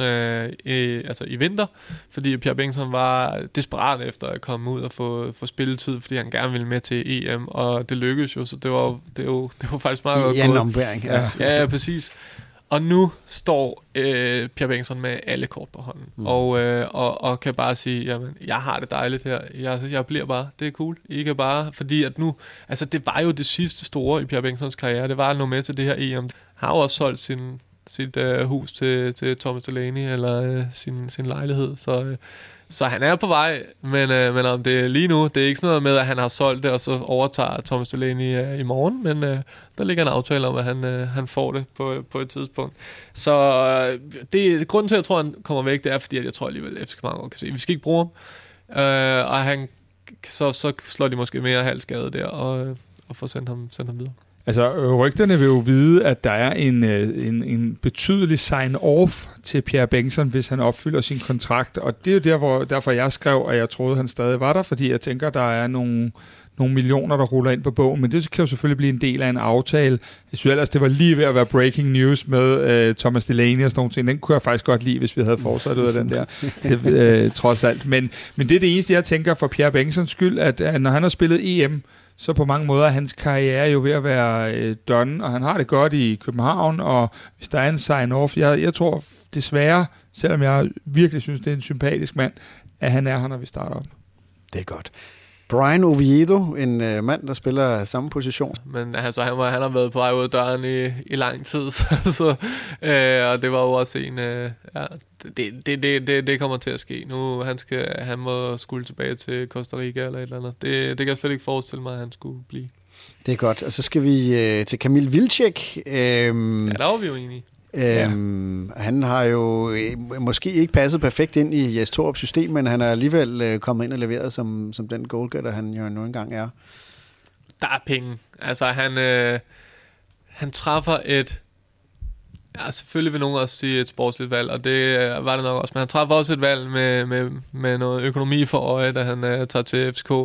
i vinter, fordi Pierre Bengtsson var desperat efter at komme ud og få spilletid, fordi han gerne ville med til EM, og det lykkedes jo, så det var faktisk meget godt. I en ombæring. Ja, præcis. Og nu står Pierre Bengtsson med alle kort på hånden, og kan bare sige, jamen, jeg har det dejligt her, jeg bliver bare, det er cool, I kan bare, fordi at nu, altså det var jo det sidste store i Pierre Bengtssons karriere, det var at nå med til det her EM. Han har jo også solgt sit hus til Thomas Delaney, eller sin lejlighed, så han er på vej, men om det er lige nu, det er ikke sådan noget med, at han har solgt det, og så overtager Thomas Delaney i morgen, men der ligger en aftale om, at han får det på et tidspunkt. Så grunden til, at jeg tror, han kommer væk, det er, fordi at jeg tror alligevel, at FC København kan se, vi skal ikke bruge ham, og så slår de måske mere halvskade der, og får sendt ham videre. Altså, rygterne vil jo vide, at der er en betydelig sign-off til Pierre Bengtsson, hvis han opfylder sin kontrakt. Og det er jo derfor jeg skrev, at jeg troede, han stadig var der, fordi jeg tænker, der er nogle nogle millioner, der ruller ind på bogen, men det kan jo selvfølgelig blive en del af en aftale. Jeg synes ellers, det var lige ved at være breaking news med Thomas Delaney og sådan nogle ting. Den kunne jeg faktisk godt lide, hvis vi havde fortsat ud af den der, trods alt. Men det er det eneste, jeg tænker for Pierre Bengtssons skyld, at når han har spillet EM, så på mange måder er hans karriere jo ved at være done, og han har det godt i København, og hvis der er en sign-off, jeg tror desværre, selvom jeg virkelig synes, det er en sympatisk mand, at han er her, når vi starter op. Det er godt. Brian Oviedo, en mand, der spiller samme position. Men altså, han har været på vej ud af døren i lang tid, og det var jo også en... Det kommer til at ske. Nu han må skulle tilbage til Costa Rica eller et eller andet. Det kan jeg slet ikke forestille mig, at han skulle blive. Det er godt. Og så skal vi til Kamil Vilcek. Ja, der var vi jo enige. Han har jo måske ikke passet perfekt ind i Jes Torups system, men han er alligevel kommet ind og leveret som den goalgetter, han jo nu engang er. Der er penge. Altså, han træffer et... Ja, selvfølgelig vil nogen også sige et sportsligt valg, og det var det nok også. Men han træffer også et valg med noget økonomi for øje, da han tager til FCK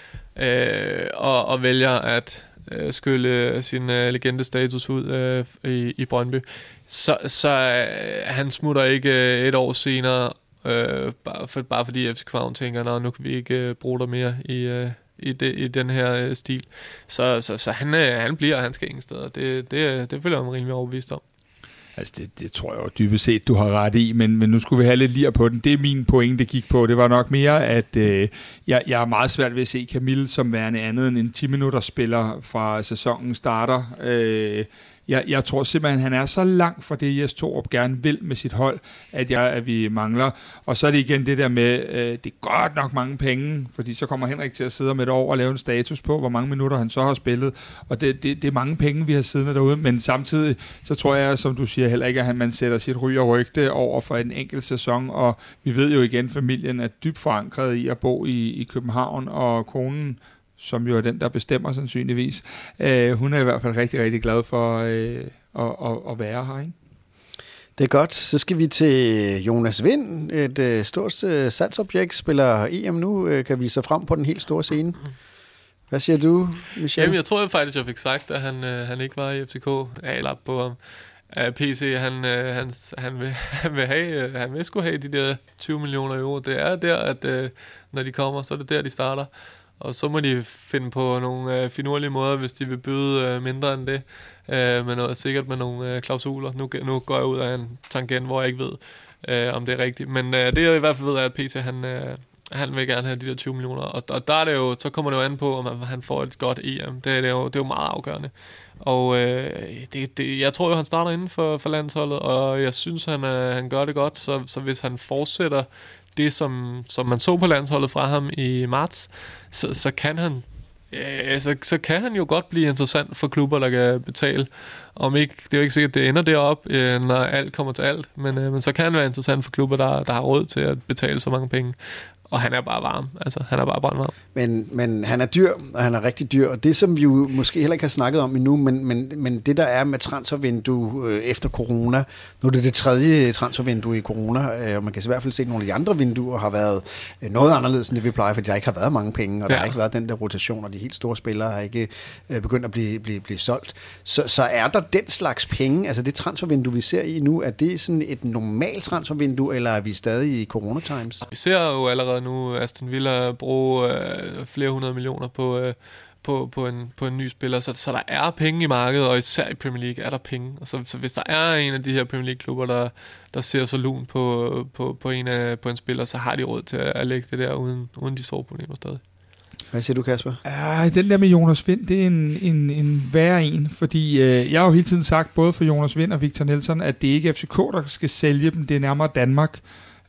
og vælger at skylle sin legendestatus ud i Brøndby. Så han smutter ikke et år senere, bare fordi FC København tænker, nu kan vi ikke bruge dig mere i den her stil. Så han bliver, han skal ingen steder. Det føler jeg mig rimelig overbevist om. Altså det tror jeg jo dybest set, du har ret i, men nu skulle vi have lidt lir på den. Det er min pointe, det gik på. Det var nok mere, at jeg er meget svært ved at se Kamil som værende andet end en 10 minutter spiller fra sæsonen starter. Jeg tror simpelthen, han er så langt fra det, Jes Torup gerne vil med sit hold, at vi mangler. Og så er det igen det der med, det er godt nok mange penge, fordi så kommer Henrik til at sidde om et år og lave en status på, hvor mange minutter han så har spillet. Og det er mange penge, vi har siddende derude, men samtidig, så tror jeg, som du siger, heller ikke, at man sætter sit ry og rygte over for en enkelt sæson. Og vi ved jo igen, familien er dybt forankret i at bo i København, og konen, som jo er den, der bestemmer sandsynligvis. Hun er i hvert fald rigtig, rigtig glad for at være her, ikke? Det er godt. Så skal vi til Jonas Vind, et stort salgsobjekt, spiller EM nu, kan vise sig frem på den helt store scene. Hvad siger du, Michel? Jamen, jeg tror faktisk, jeg fik sagt, at han ikke var i FCK. Eller på ham. PC, han vil sgu have de der 20 millioner euro. Det er der, at når de kommer, så er det der, de starter. Og så må de finde på nogle finurlige måder, hvis de vil byde mindre end det. Men noget sikkert med nogle klausuler. Nu går jeg ud af en tangent, hvor jeg ikke ved, om det er rigtigt. Men det jeg i hvert fald ved, er, at PC, han vil gerne have de der 20 millioner. Og der er det jo, så kommer det jo an på, om han får et godt EM. Det er jo meget afgørende. Og jeg tror jo, han starter inden for landsholdet, og jeg synes, han gør det godt. Så hvis han fortsætter det, som man så på landsholdet fra ham i marts, så kan han så kan han jo godt blive interessant for klubber, der kan betale. Om ikke, det er jo ikke sikkert, at det ender derop, når alt kommer til alt, men så kan han være interessant for klubber, der har råd til at betale så mange penge. Og han er bare varm. Altså, han er bare brandvarm. Men han er dyr, og han er rigtig dyr. Og det, som vi jo måske heller ikke har snakket om endnu, men det, der er med transfervindue efter corona, nu er det tredje transfervindue i corona, og man kan i hvert fald se, at nogle af de andre vinduer har været noget anderledes, end det vi plejer, fordi der ikke har været mange penge, og der har ikke været den der rotation, og de helt store spillere har ikke begyndt at blive solgt. Så er der den slags penge, altså det transfervindue, vi ser i nu, er det sådan et normalt transfervindue, eller er vi stadig i corona-times? Vi ser jo allerede nu Aston Villa bruge flere 100 millioner på en ny spiller, så der er penge i markedet, og især i Premier League er der penge. Så hvis der er en af de her Premier League-klubber, der ser så lun på en spiller, så har de råd til at lægge det der uden de store problemer stadig. Hvad siger du, Kasper? Den der med Jonas Vind, det er en værre en, fordi jeg har jo hele tiden sagt, både for Jonas Vind og Victor Nelson, at det ikke er FCK, der skal sælge dem, det er nærmere Danmark.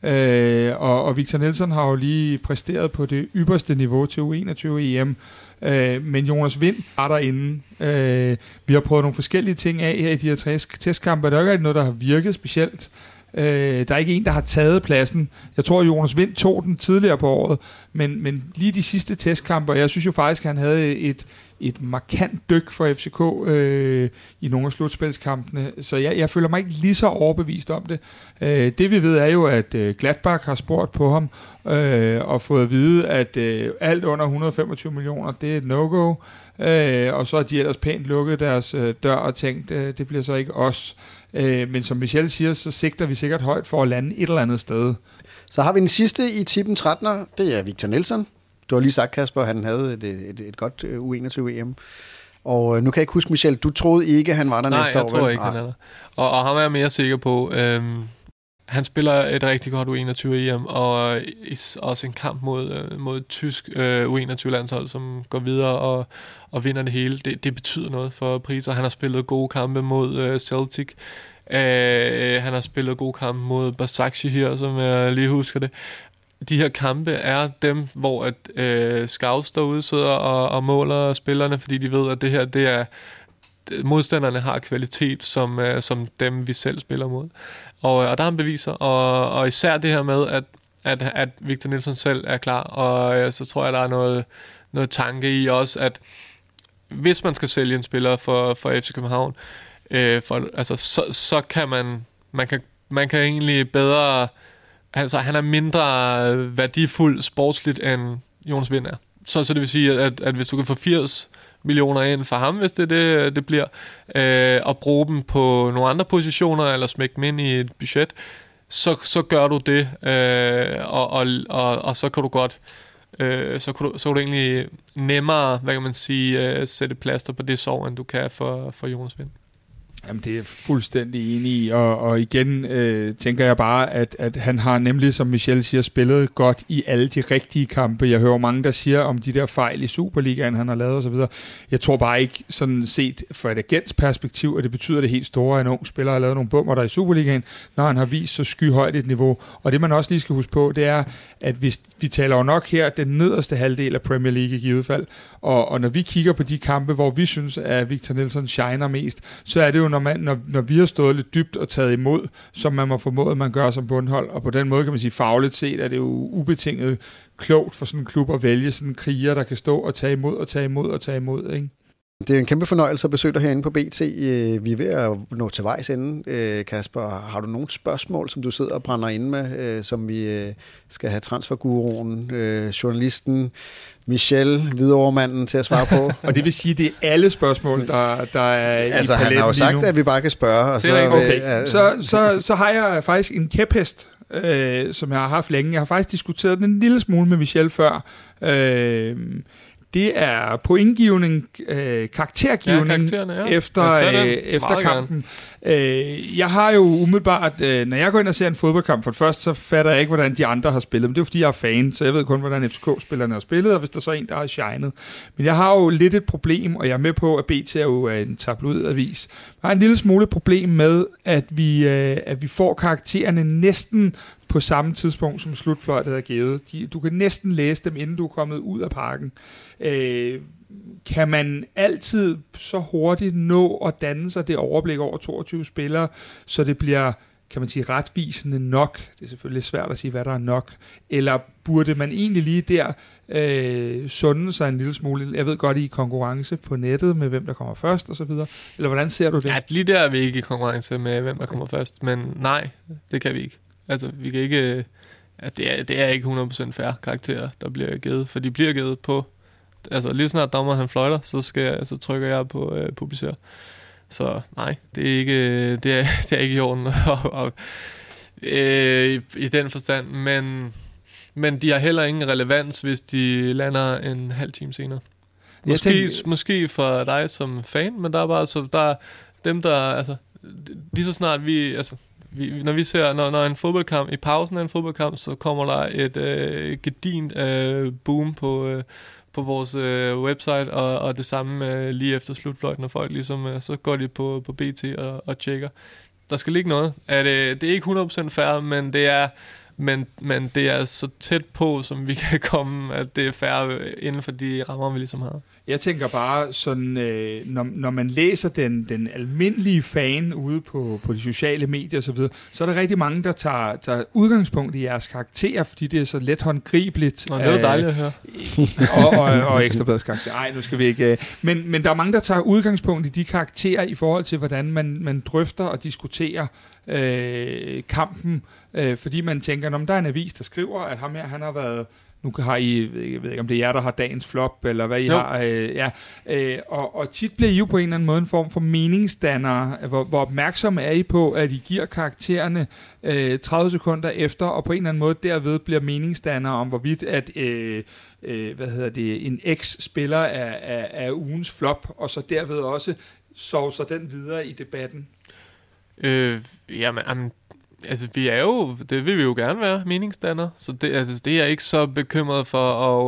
Og Victor Nelson har jo lige præsteret på det ypperste niveau til U21 EM, men Jonas Vind er derinde. Vi har prøvet nogle forskellige ting af her i de her testkampe, der er ikke noget, der har virket specielt. Der er ikke en, der har taget pladsen. Jeg tror, Jonas Vind tog den tidligere på året, men lige de sidste testkampe, jeg synes jo faktisk, at han havde et markant dyk for FCK i nogle af slutspilskampene, så jeg føler mig ikke lige så overbevist om det. Det vi ved er jo, at Gladbach har spurgt på ham og fået at vide, at alt under 125 millioner, det er et no-go, og så har de ellers pænt lukket deres dør og tænkt, det bliver så ikke os. Men som Michel siger, så sigter vi sikkert højt for at lande et eller andet sted. Så har vi den sidste i tippen 13'er, det er Victor Nelsson. Du har lige sagt, Kasper, han havde et godt U21-EM. Og nu kan jeg ikke huske, Michel, du troede ikke, han var der næste år. Nej, jeg tror ikke, han er der. Og ham er jeg mere sikker på. Han spiller et rigtig godt U21-EM, og også en kamp mod et tysk U21-landshold, som går videre og vinder det hele. Det betyder noget for priser. Han har spillet gode kampe mod Celtic. Han har spillet gode kampe mod Başakşehir her, som jeg lige husker det. De her kampe er dem, hvor scouts derude sidder og måler spillerne, fordi de ved, at det her, det er modstanderne har kvalitet, som dem vi selv spiller mod. Og der han beviser, og især det her med, at Victor Nelsson selv er klar, og så tror jeg, der er noget tanke i også, at hvis man skal sælge en spiller for FC København, så kan man kan egentlig bedre, altså han er mindre værdifuld sportsligt end Jonas Vind er. Så det vil sige, at hvis du kan få 80 millioner ind for ham, hvis det bliver, og bruge dem på nogle andre positioner, eller smække dem ind i et budget, så gør du det, og så kan du godt, så er du egentlig nemmere, hvad kan man sige, sætte plaster på det sår, end du kan for Jonas Vind. Jamen, det er jeg fuldstændig enig i, og igen tænker jeg bare, at han har nemlig, som Michel siger, spillet godt i alle de rigtige kampe. Jeg hører mange, der siger om de der fejl i Superligaen, han har lavet osv. Jeg tror bare ikke, sådan set fra et agents perspektiv, at det betyder det helt store, at en ung spiller har lavet nogle bummer der i Superligaen, når han har vist så skyhøjt et niveau. Og det man også lige skal huske på, det er, at hvis vi taler jo nok her den nederste halvdel af Premier League i givet fald, og når vi kigger på de kampe, hvor vi synes, at Victor Nelsson shiner mest, så er det jo, når vi har stået lidt dybt og taget imod, som man må formode, at man gør som bundhold, og på den måde kan man sige, fagligt set, er det jo ubetinget klogt for sådan en klub at vælge sådan en kriger, der kan stå og tage imod og tage imod og tage imod, ikke? Det er en kæmpe fornøjelse at besøge dig herinde på BT. Vi er ved at nå til vejs ende, Kasper. Har du nogle spørgsmål, som du sidder og brænder inde med, som vi skal have transferguruen, journalisten, Michel, Hvidovre-manden til at svare på? Og det vil sige, det er alle spørgsmål, der er altså, i paletten. Han har jo sagt, at vi bare kan spørge. Og så har jeg faktisk en kæphest, som jeg har haft længe. Jeg har faktisk diskuteret den en lille smule med Michel før. Det er pointgivning, karaktergivning efter kampen. Jeg har jo umiddelbart, når jeg går ind og ser en fodboldkamp, for det første, så fatter jeg ikke, hvordan de andre har spillet. Men det er jo, fordi jeg er fan, så jeg ved kun, hvordan FCK-spillerne har spillet, og hvis der så er en, der har shined. Men jeg har jo lidt et problem, og jeg er med på, at BT er jo en tabloidavis. Jeg har en lille smule problem med, at vi får karaktererne næsten på samme tidspunkt, som slutfløjtet er givet. Du kan næsten læse dem, inden du er kommet ud af parken. Kan man altid så hurtigt nå at danne sig det overblik over 22 spillere, så det bliver, kan man sige, retvisende nok? Det er selvfølgelig svært at sige, hvad der er nok. Eller burde man egentlig lige der sunde sig en lille smule? Jeg ved godt, I er i konkurrence på nettet med, hvem der kommer først og så videre. Eller hvordan ser du det? Ja, lige der er vi ikke i konkurrence med, hvem der kommer først. Men nej, det kan vi ikke. Altså, vi kan ikke... Det er ikke 100% fair karakterer, der bliver givet. For de bliver givet på... Altså, lige snart dommeren han fløjter, så trykker jeg på publicere. Så nej, det er ikke i orden i den forstand. Men de har heller ingen relevans, hvis de lander en halv time senere. Måske for dig som fan, men der er bare der er dem, der... Altså, lige så snart når vi ser, når en fodboldkamp, i pausen af en fodboldkamp, så kommer der et gedint boom på vores website, og det samme lige efter slutfløjten, når folk ligesom, så går de på BT og tjekker. Der skal ligge noget. Det er ikke 100% fair, men det er så tæt på, som vi kan komme, at det er fair inden for de rammer, vi ligesom har. Jeg tænker bare sådan, når man læser den almindelige fan ude på de sociale medier og så videre, så er der rigtig mange, der tager udgangspunkt i jeres karakterer, fordi det er så let håndgribeligt. Nå, det er dejligt at høre. og Ekstrabladets karakterer. Ej, nu skal vi ikke. Men der er mange, der tager udgangspunkt i de karakterer i forhold til, hvordan man drøfter og diskuterer kampen, fordi man tænker, der er en avis, der skriver, at ham her, han har været... Nu har I, jeg ved ikke, om det er jer, der har dagens flop, eller hvad I har. Og tit bliver I jo på en eller anden måde en form for meningsdannere. Hvor opmærksomme er I på, at I giver karaktererne 30 sekunder efter, og på en eller anden måde derved bliver meningsdannere om, hvorvidt at en eks-spiller er ugens flop, og så derved også sovser den videre i debatten? Altså, vi er jo, det vil vi jo gerne være, meningsdannere, så det er jeg ikke så bekymret for,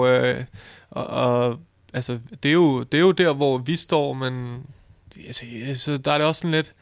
og altså, det er jo der, hvor vi står, men altså, der er det også sådan lidt,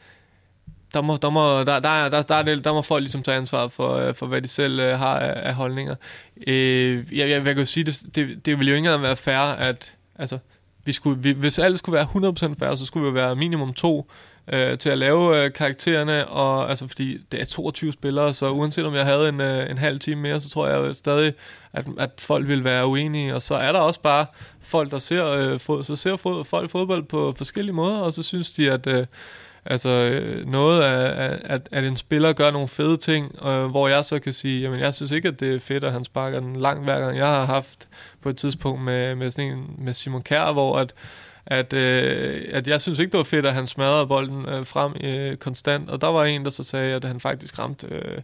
der må folk ligesom tage ansvar for hvad de selv har af holdninger. Jeg kan jo sige, det vil jo ikke engang være fair, at altså, hvis alt skulle være 100% fair, så skulle vi jo være minimum 2 til at lave karaktererne, og altså fordi det er 22 spillere, så uanset om jeg havde en halv time mere, så tror jeg jo stadig, at folk vil være uenige, og så er der også bare folk, der ser folk fodbold på forskellige måder, og så synes de, at noget af at en spiller gør nogle fede ting, hvor jeg så kan sige, jamen jeg synes ikke, at det er fedt, at han sparker den langt hver gang. Jeg har haft på et tidspunkt med Simon Kjær, hvor at jeg synes ikke, det var fedt, at han smadrede bolden frem konstant, og der var en, der så sagde, at han faktisk ramte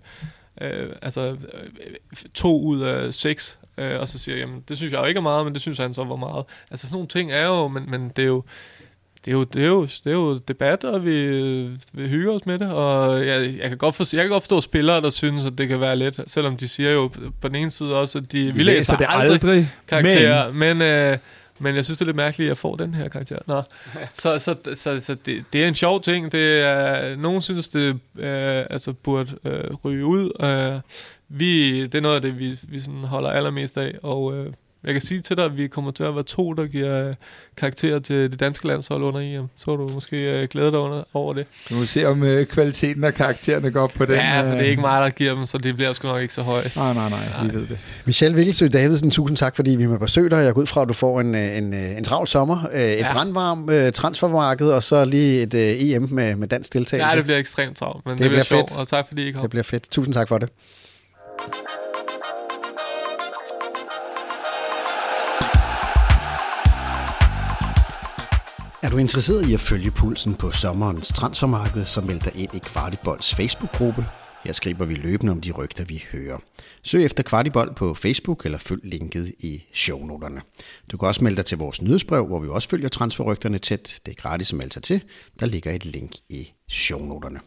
2 ud af 6, og så siger jeg, jamen det synes jeg jo ikke er meget, men det synes han så var meget. Altså sådan nogle ting er jo, men det er jo debat, og vi hygger os med det, og jeg kan godt forstå spillere, der synes, at det kan være let, selvom de siger jo på den ene side også, at vi læser det aldrig karakterer, men jeg synes, det er lidt mærkeligt, at jeg får den her karakter. Nå. Så det er en sjov ting. Nogen synes, det burde ryge ud. Det er noget af det, vi sådan holder allermest af, og jeg kan sige til dig, at vi kommer til at være 2, der giver karakterer til det danske landshold under EM. Så du måske glæde dig over det. Nu må se, om kvaliteten af karaktererne går op på den. Ja, for det er ikke mig, der giver dem, så det bliver sgu nok ikke så højt. Nej, vi ved det. Michel Vikkelsøe Davidsen, tusind tak, fordi vi må besøge dig. Jeg går ud fra, at du får en travl sommer, et brandvarm transfermarked, og så lige et EM med dansk deltagelse. Ja, det bliver ekstremt travlt, men det bliver sjovt, og tak fordi I kom. Det bliver fedt. Tusind tak for det. Er du interesseret i at følge pulsen på sommerens transfermarked, så meld dig ind i Kvartibolds Facebook-gruppe. Her skriver vi løbende om de rygter, vi hører. Søg efter Kvartibold på Facebook eller følg linket i shownoterne. Du kan også melde dig til vores nyhedsbrev, hvor vi også følger transferrygterne tæt. Det er gratis at melde sig til. Der ligger et link i shownoterne.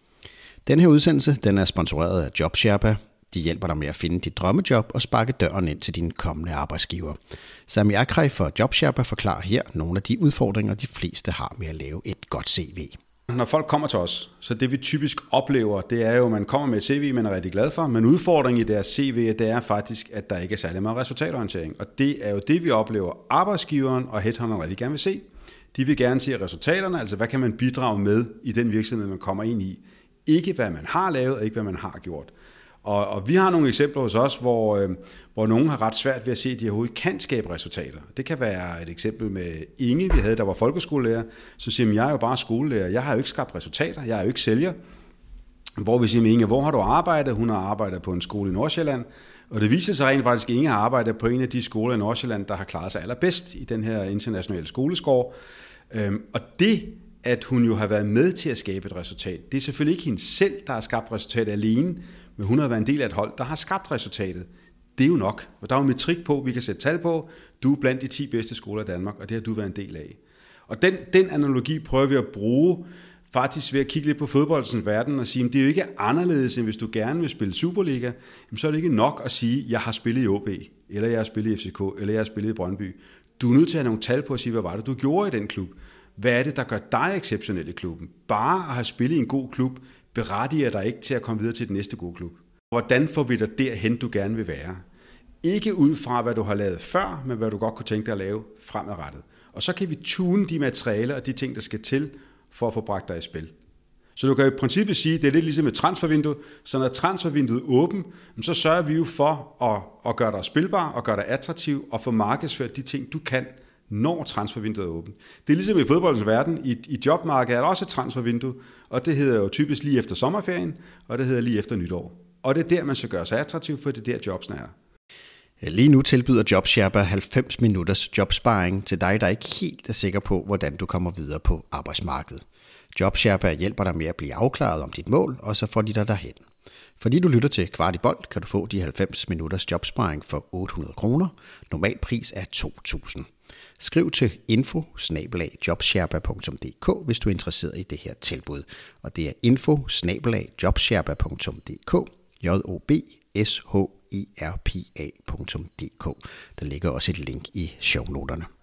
Den her udsendelse den er sponsoreret af JobSherpa. De hjælper dig med at finde dit drømmejob og sparke døren ind til dine kommende arbejdsgiver. Sami Akrej fra JobSherpa forklarer her nogle af de udfordringer, de fleste har med at lave et godt CV. Når folk kommer til os, så det vi typisk oplever, det er jo, at man kommer med et CV, man er rigtig glad for, men udfordringen i deres CV, det er faktisk, at der ikke er særlig meget resultatorientering. Og det er jo det, vi oplever arbejdsgiveren og headhunteren rigtig gerne vil se. De vil gerne se resultaterne, altså hvad kan man bidrage med i den virksomhed, man kommer ind i. Ikke hvad man har lavet, og ikke hvad man har gjort. Og vi har nogle eksempler hos os, hvor nogen har ret svært ved at se, at de overhovedet kan skabe resultater. Det kan være et eksempel med Inge, vi havde, der var folkeskolelærer. Så siger jeg er jo bare skolelærer. Jeg har jo ikke skabt resultater. Jeg er jo ikke sælger. Hvor vi siger med Inge, hvor har du arbejdet? Hun har arbejdet på en skole i Nordsjælland. Og det viser sig rent faktisk, at Inge har arbejdet på en af de skoler i Nordsjælland, der har klaret sig allerbedst i den her internationale skoleskår. Og det, at hun jo har været med til at skabe et resultat, det er selvfølgelig ikke hende selv, der har skabt resultatet alene, men hun har været en del af et hold, der har skabt resultatet. Det er jo nok. Og der er jo metrik på, vi kan sætte tal på. Du er blandt de 10 bedste skoler i Danmark, og det har du været en del af. Og den analogi prøver vi at bruge faktisk ved at kigge lidt på fodboldens verden og sige, at det er jo ikke anderledes, end hvis du gerne vil spille Superliga, så er det ikke nok at sige, at jeg har spillet i OB, eller jeg har spillet i FCK, eller jeg har spillet i Brøndby. Du er nødt til at have nogle tal på at sige, hvad var det, du gjorde i den klub? Hvad er det, der gør dig exceptionel i klubben? Bare at have spillet i en god klub, berettiger dig ikke til at komme videre til den næste gode klub. Hvordan får vi dig derhen, du gerne vil være? Ikke ud fra, hvad du har lavet før, men hvad du godt kunne tænke dig at lave fremadrettet. Og så kan vi tune de materialer og de ting, der skal til for at få bragt dig i spil. Så du kan i princippet sige, at det er lidt ligesom et transfervindue. Så når transfervinduet er åbent, så sørger vi jo for at gøre dig spilbar og gøre dig attraktiv og få markedsført de ting, du kan, når transfervinduet er åbent. Det er ligesom i fodboldens verden. I jobmarkedet er der også et transfervindue, og det hedder jo typisk lige efter sommerferien, og det hedder lige efter nytår. Og det er der, man skal gøre sig attraktiv, for det er der jobsene er. Lige nu tilbyder JobSherpa 90 minutters jobsparing til dig, der ikke helt er sikker på, hvordan du kommer videre på arbejdsmarkedet. JobSherpa hjælper dig med at blive afklaret om dit mål, og så får de dig derhen. Fordi du lytter til Kvart i Bold, kan du få de 90 minutters jobsparing for 800 kroner. Normal pris er 2.000. Skriv til info@jobsherpa.dk, hvis du er interesseret i det her tilbud. Og det er info@jobsherpa.dk, JOBSHERPA.dk. Der ligger også et link i shownoterne.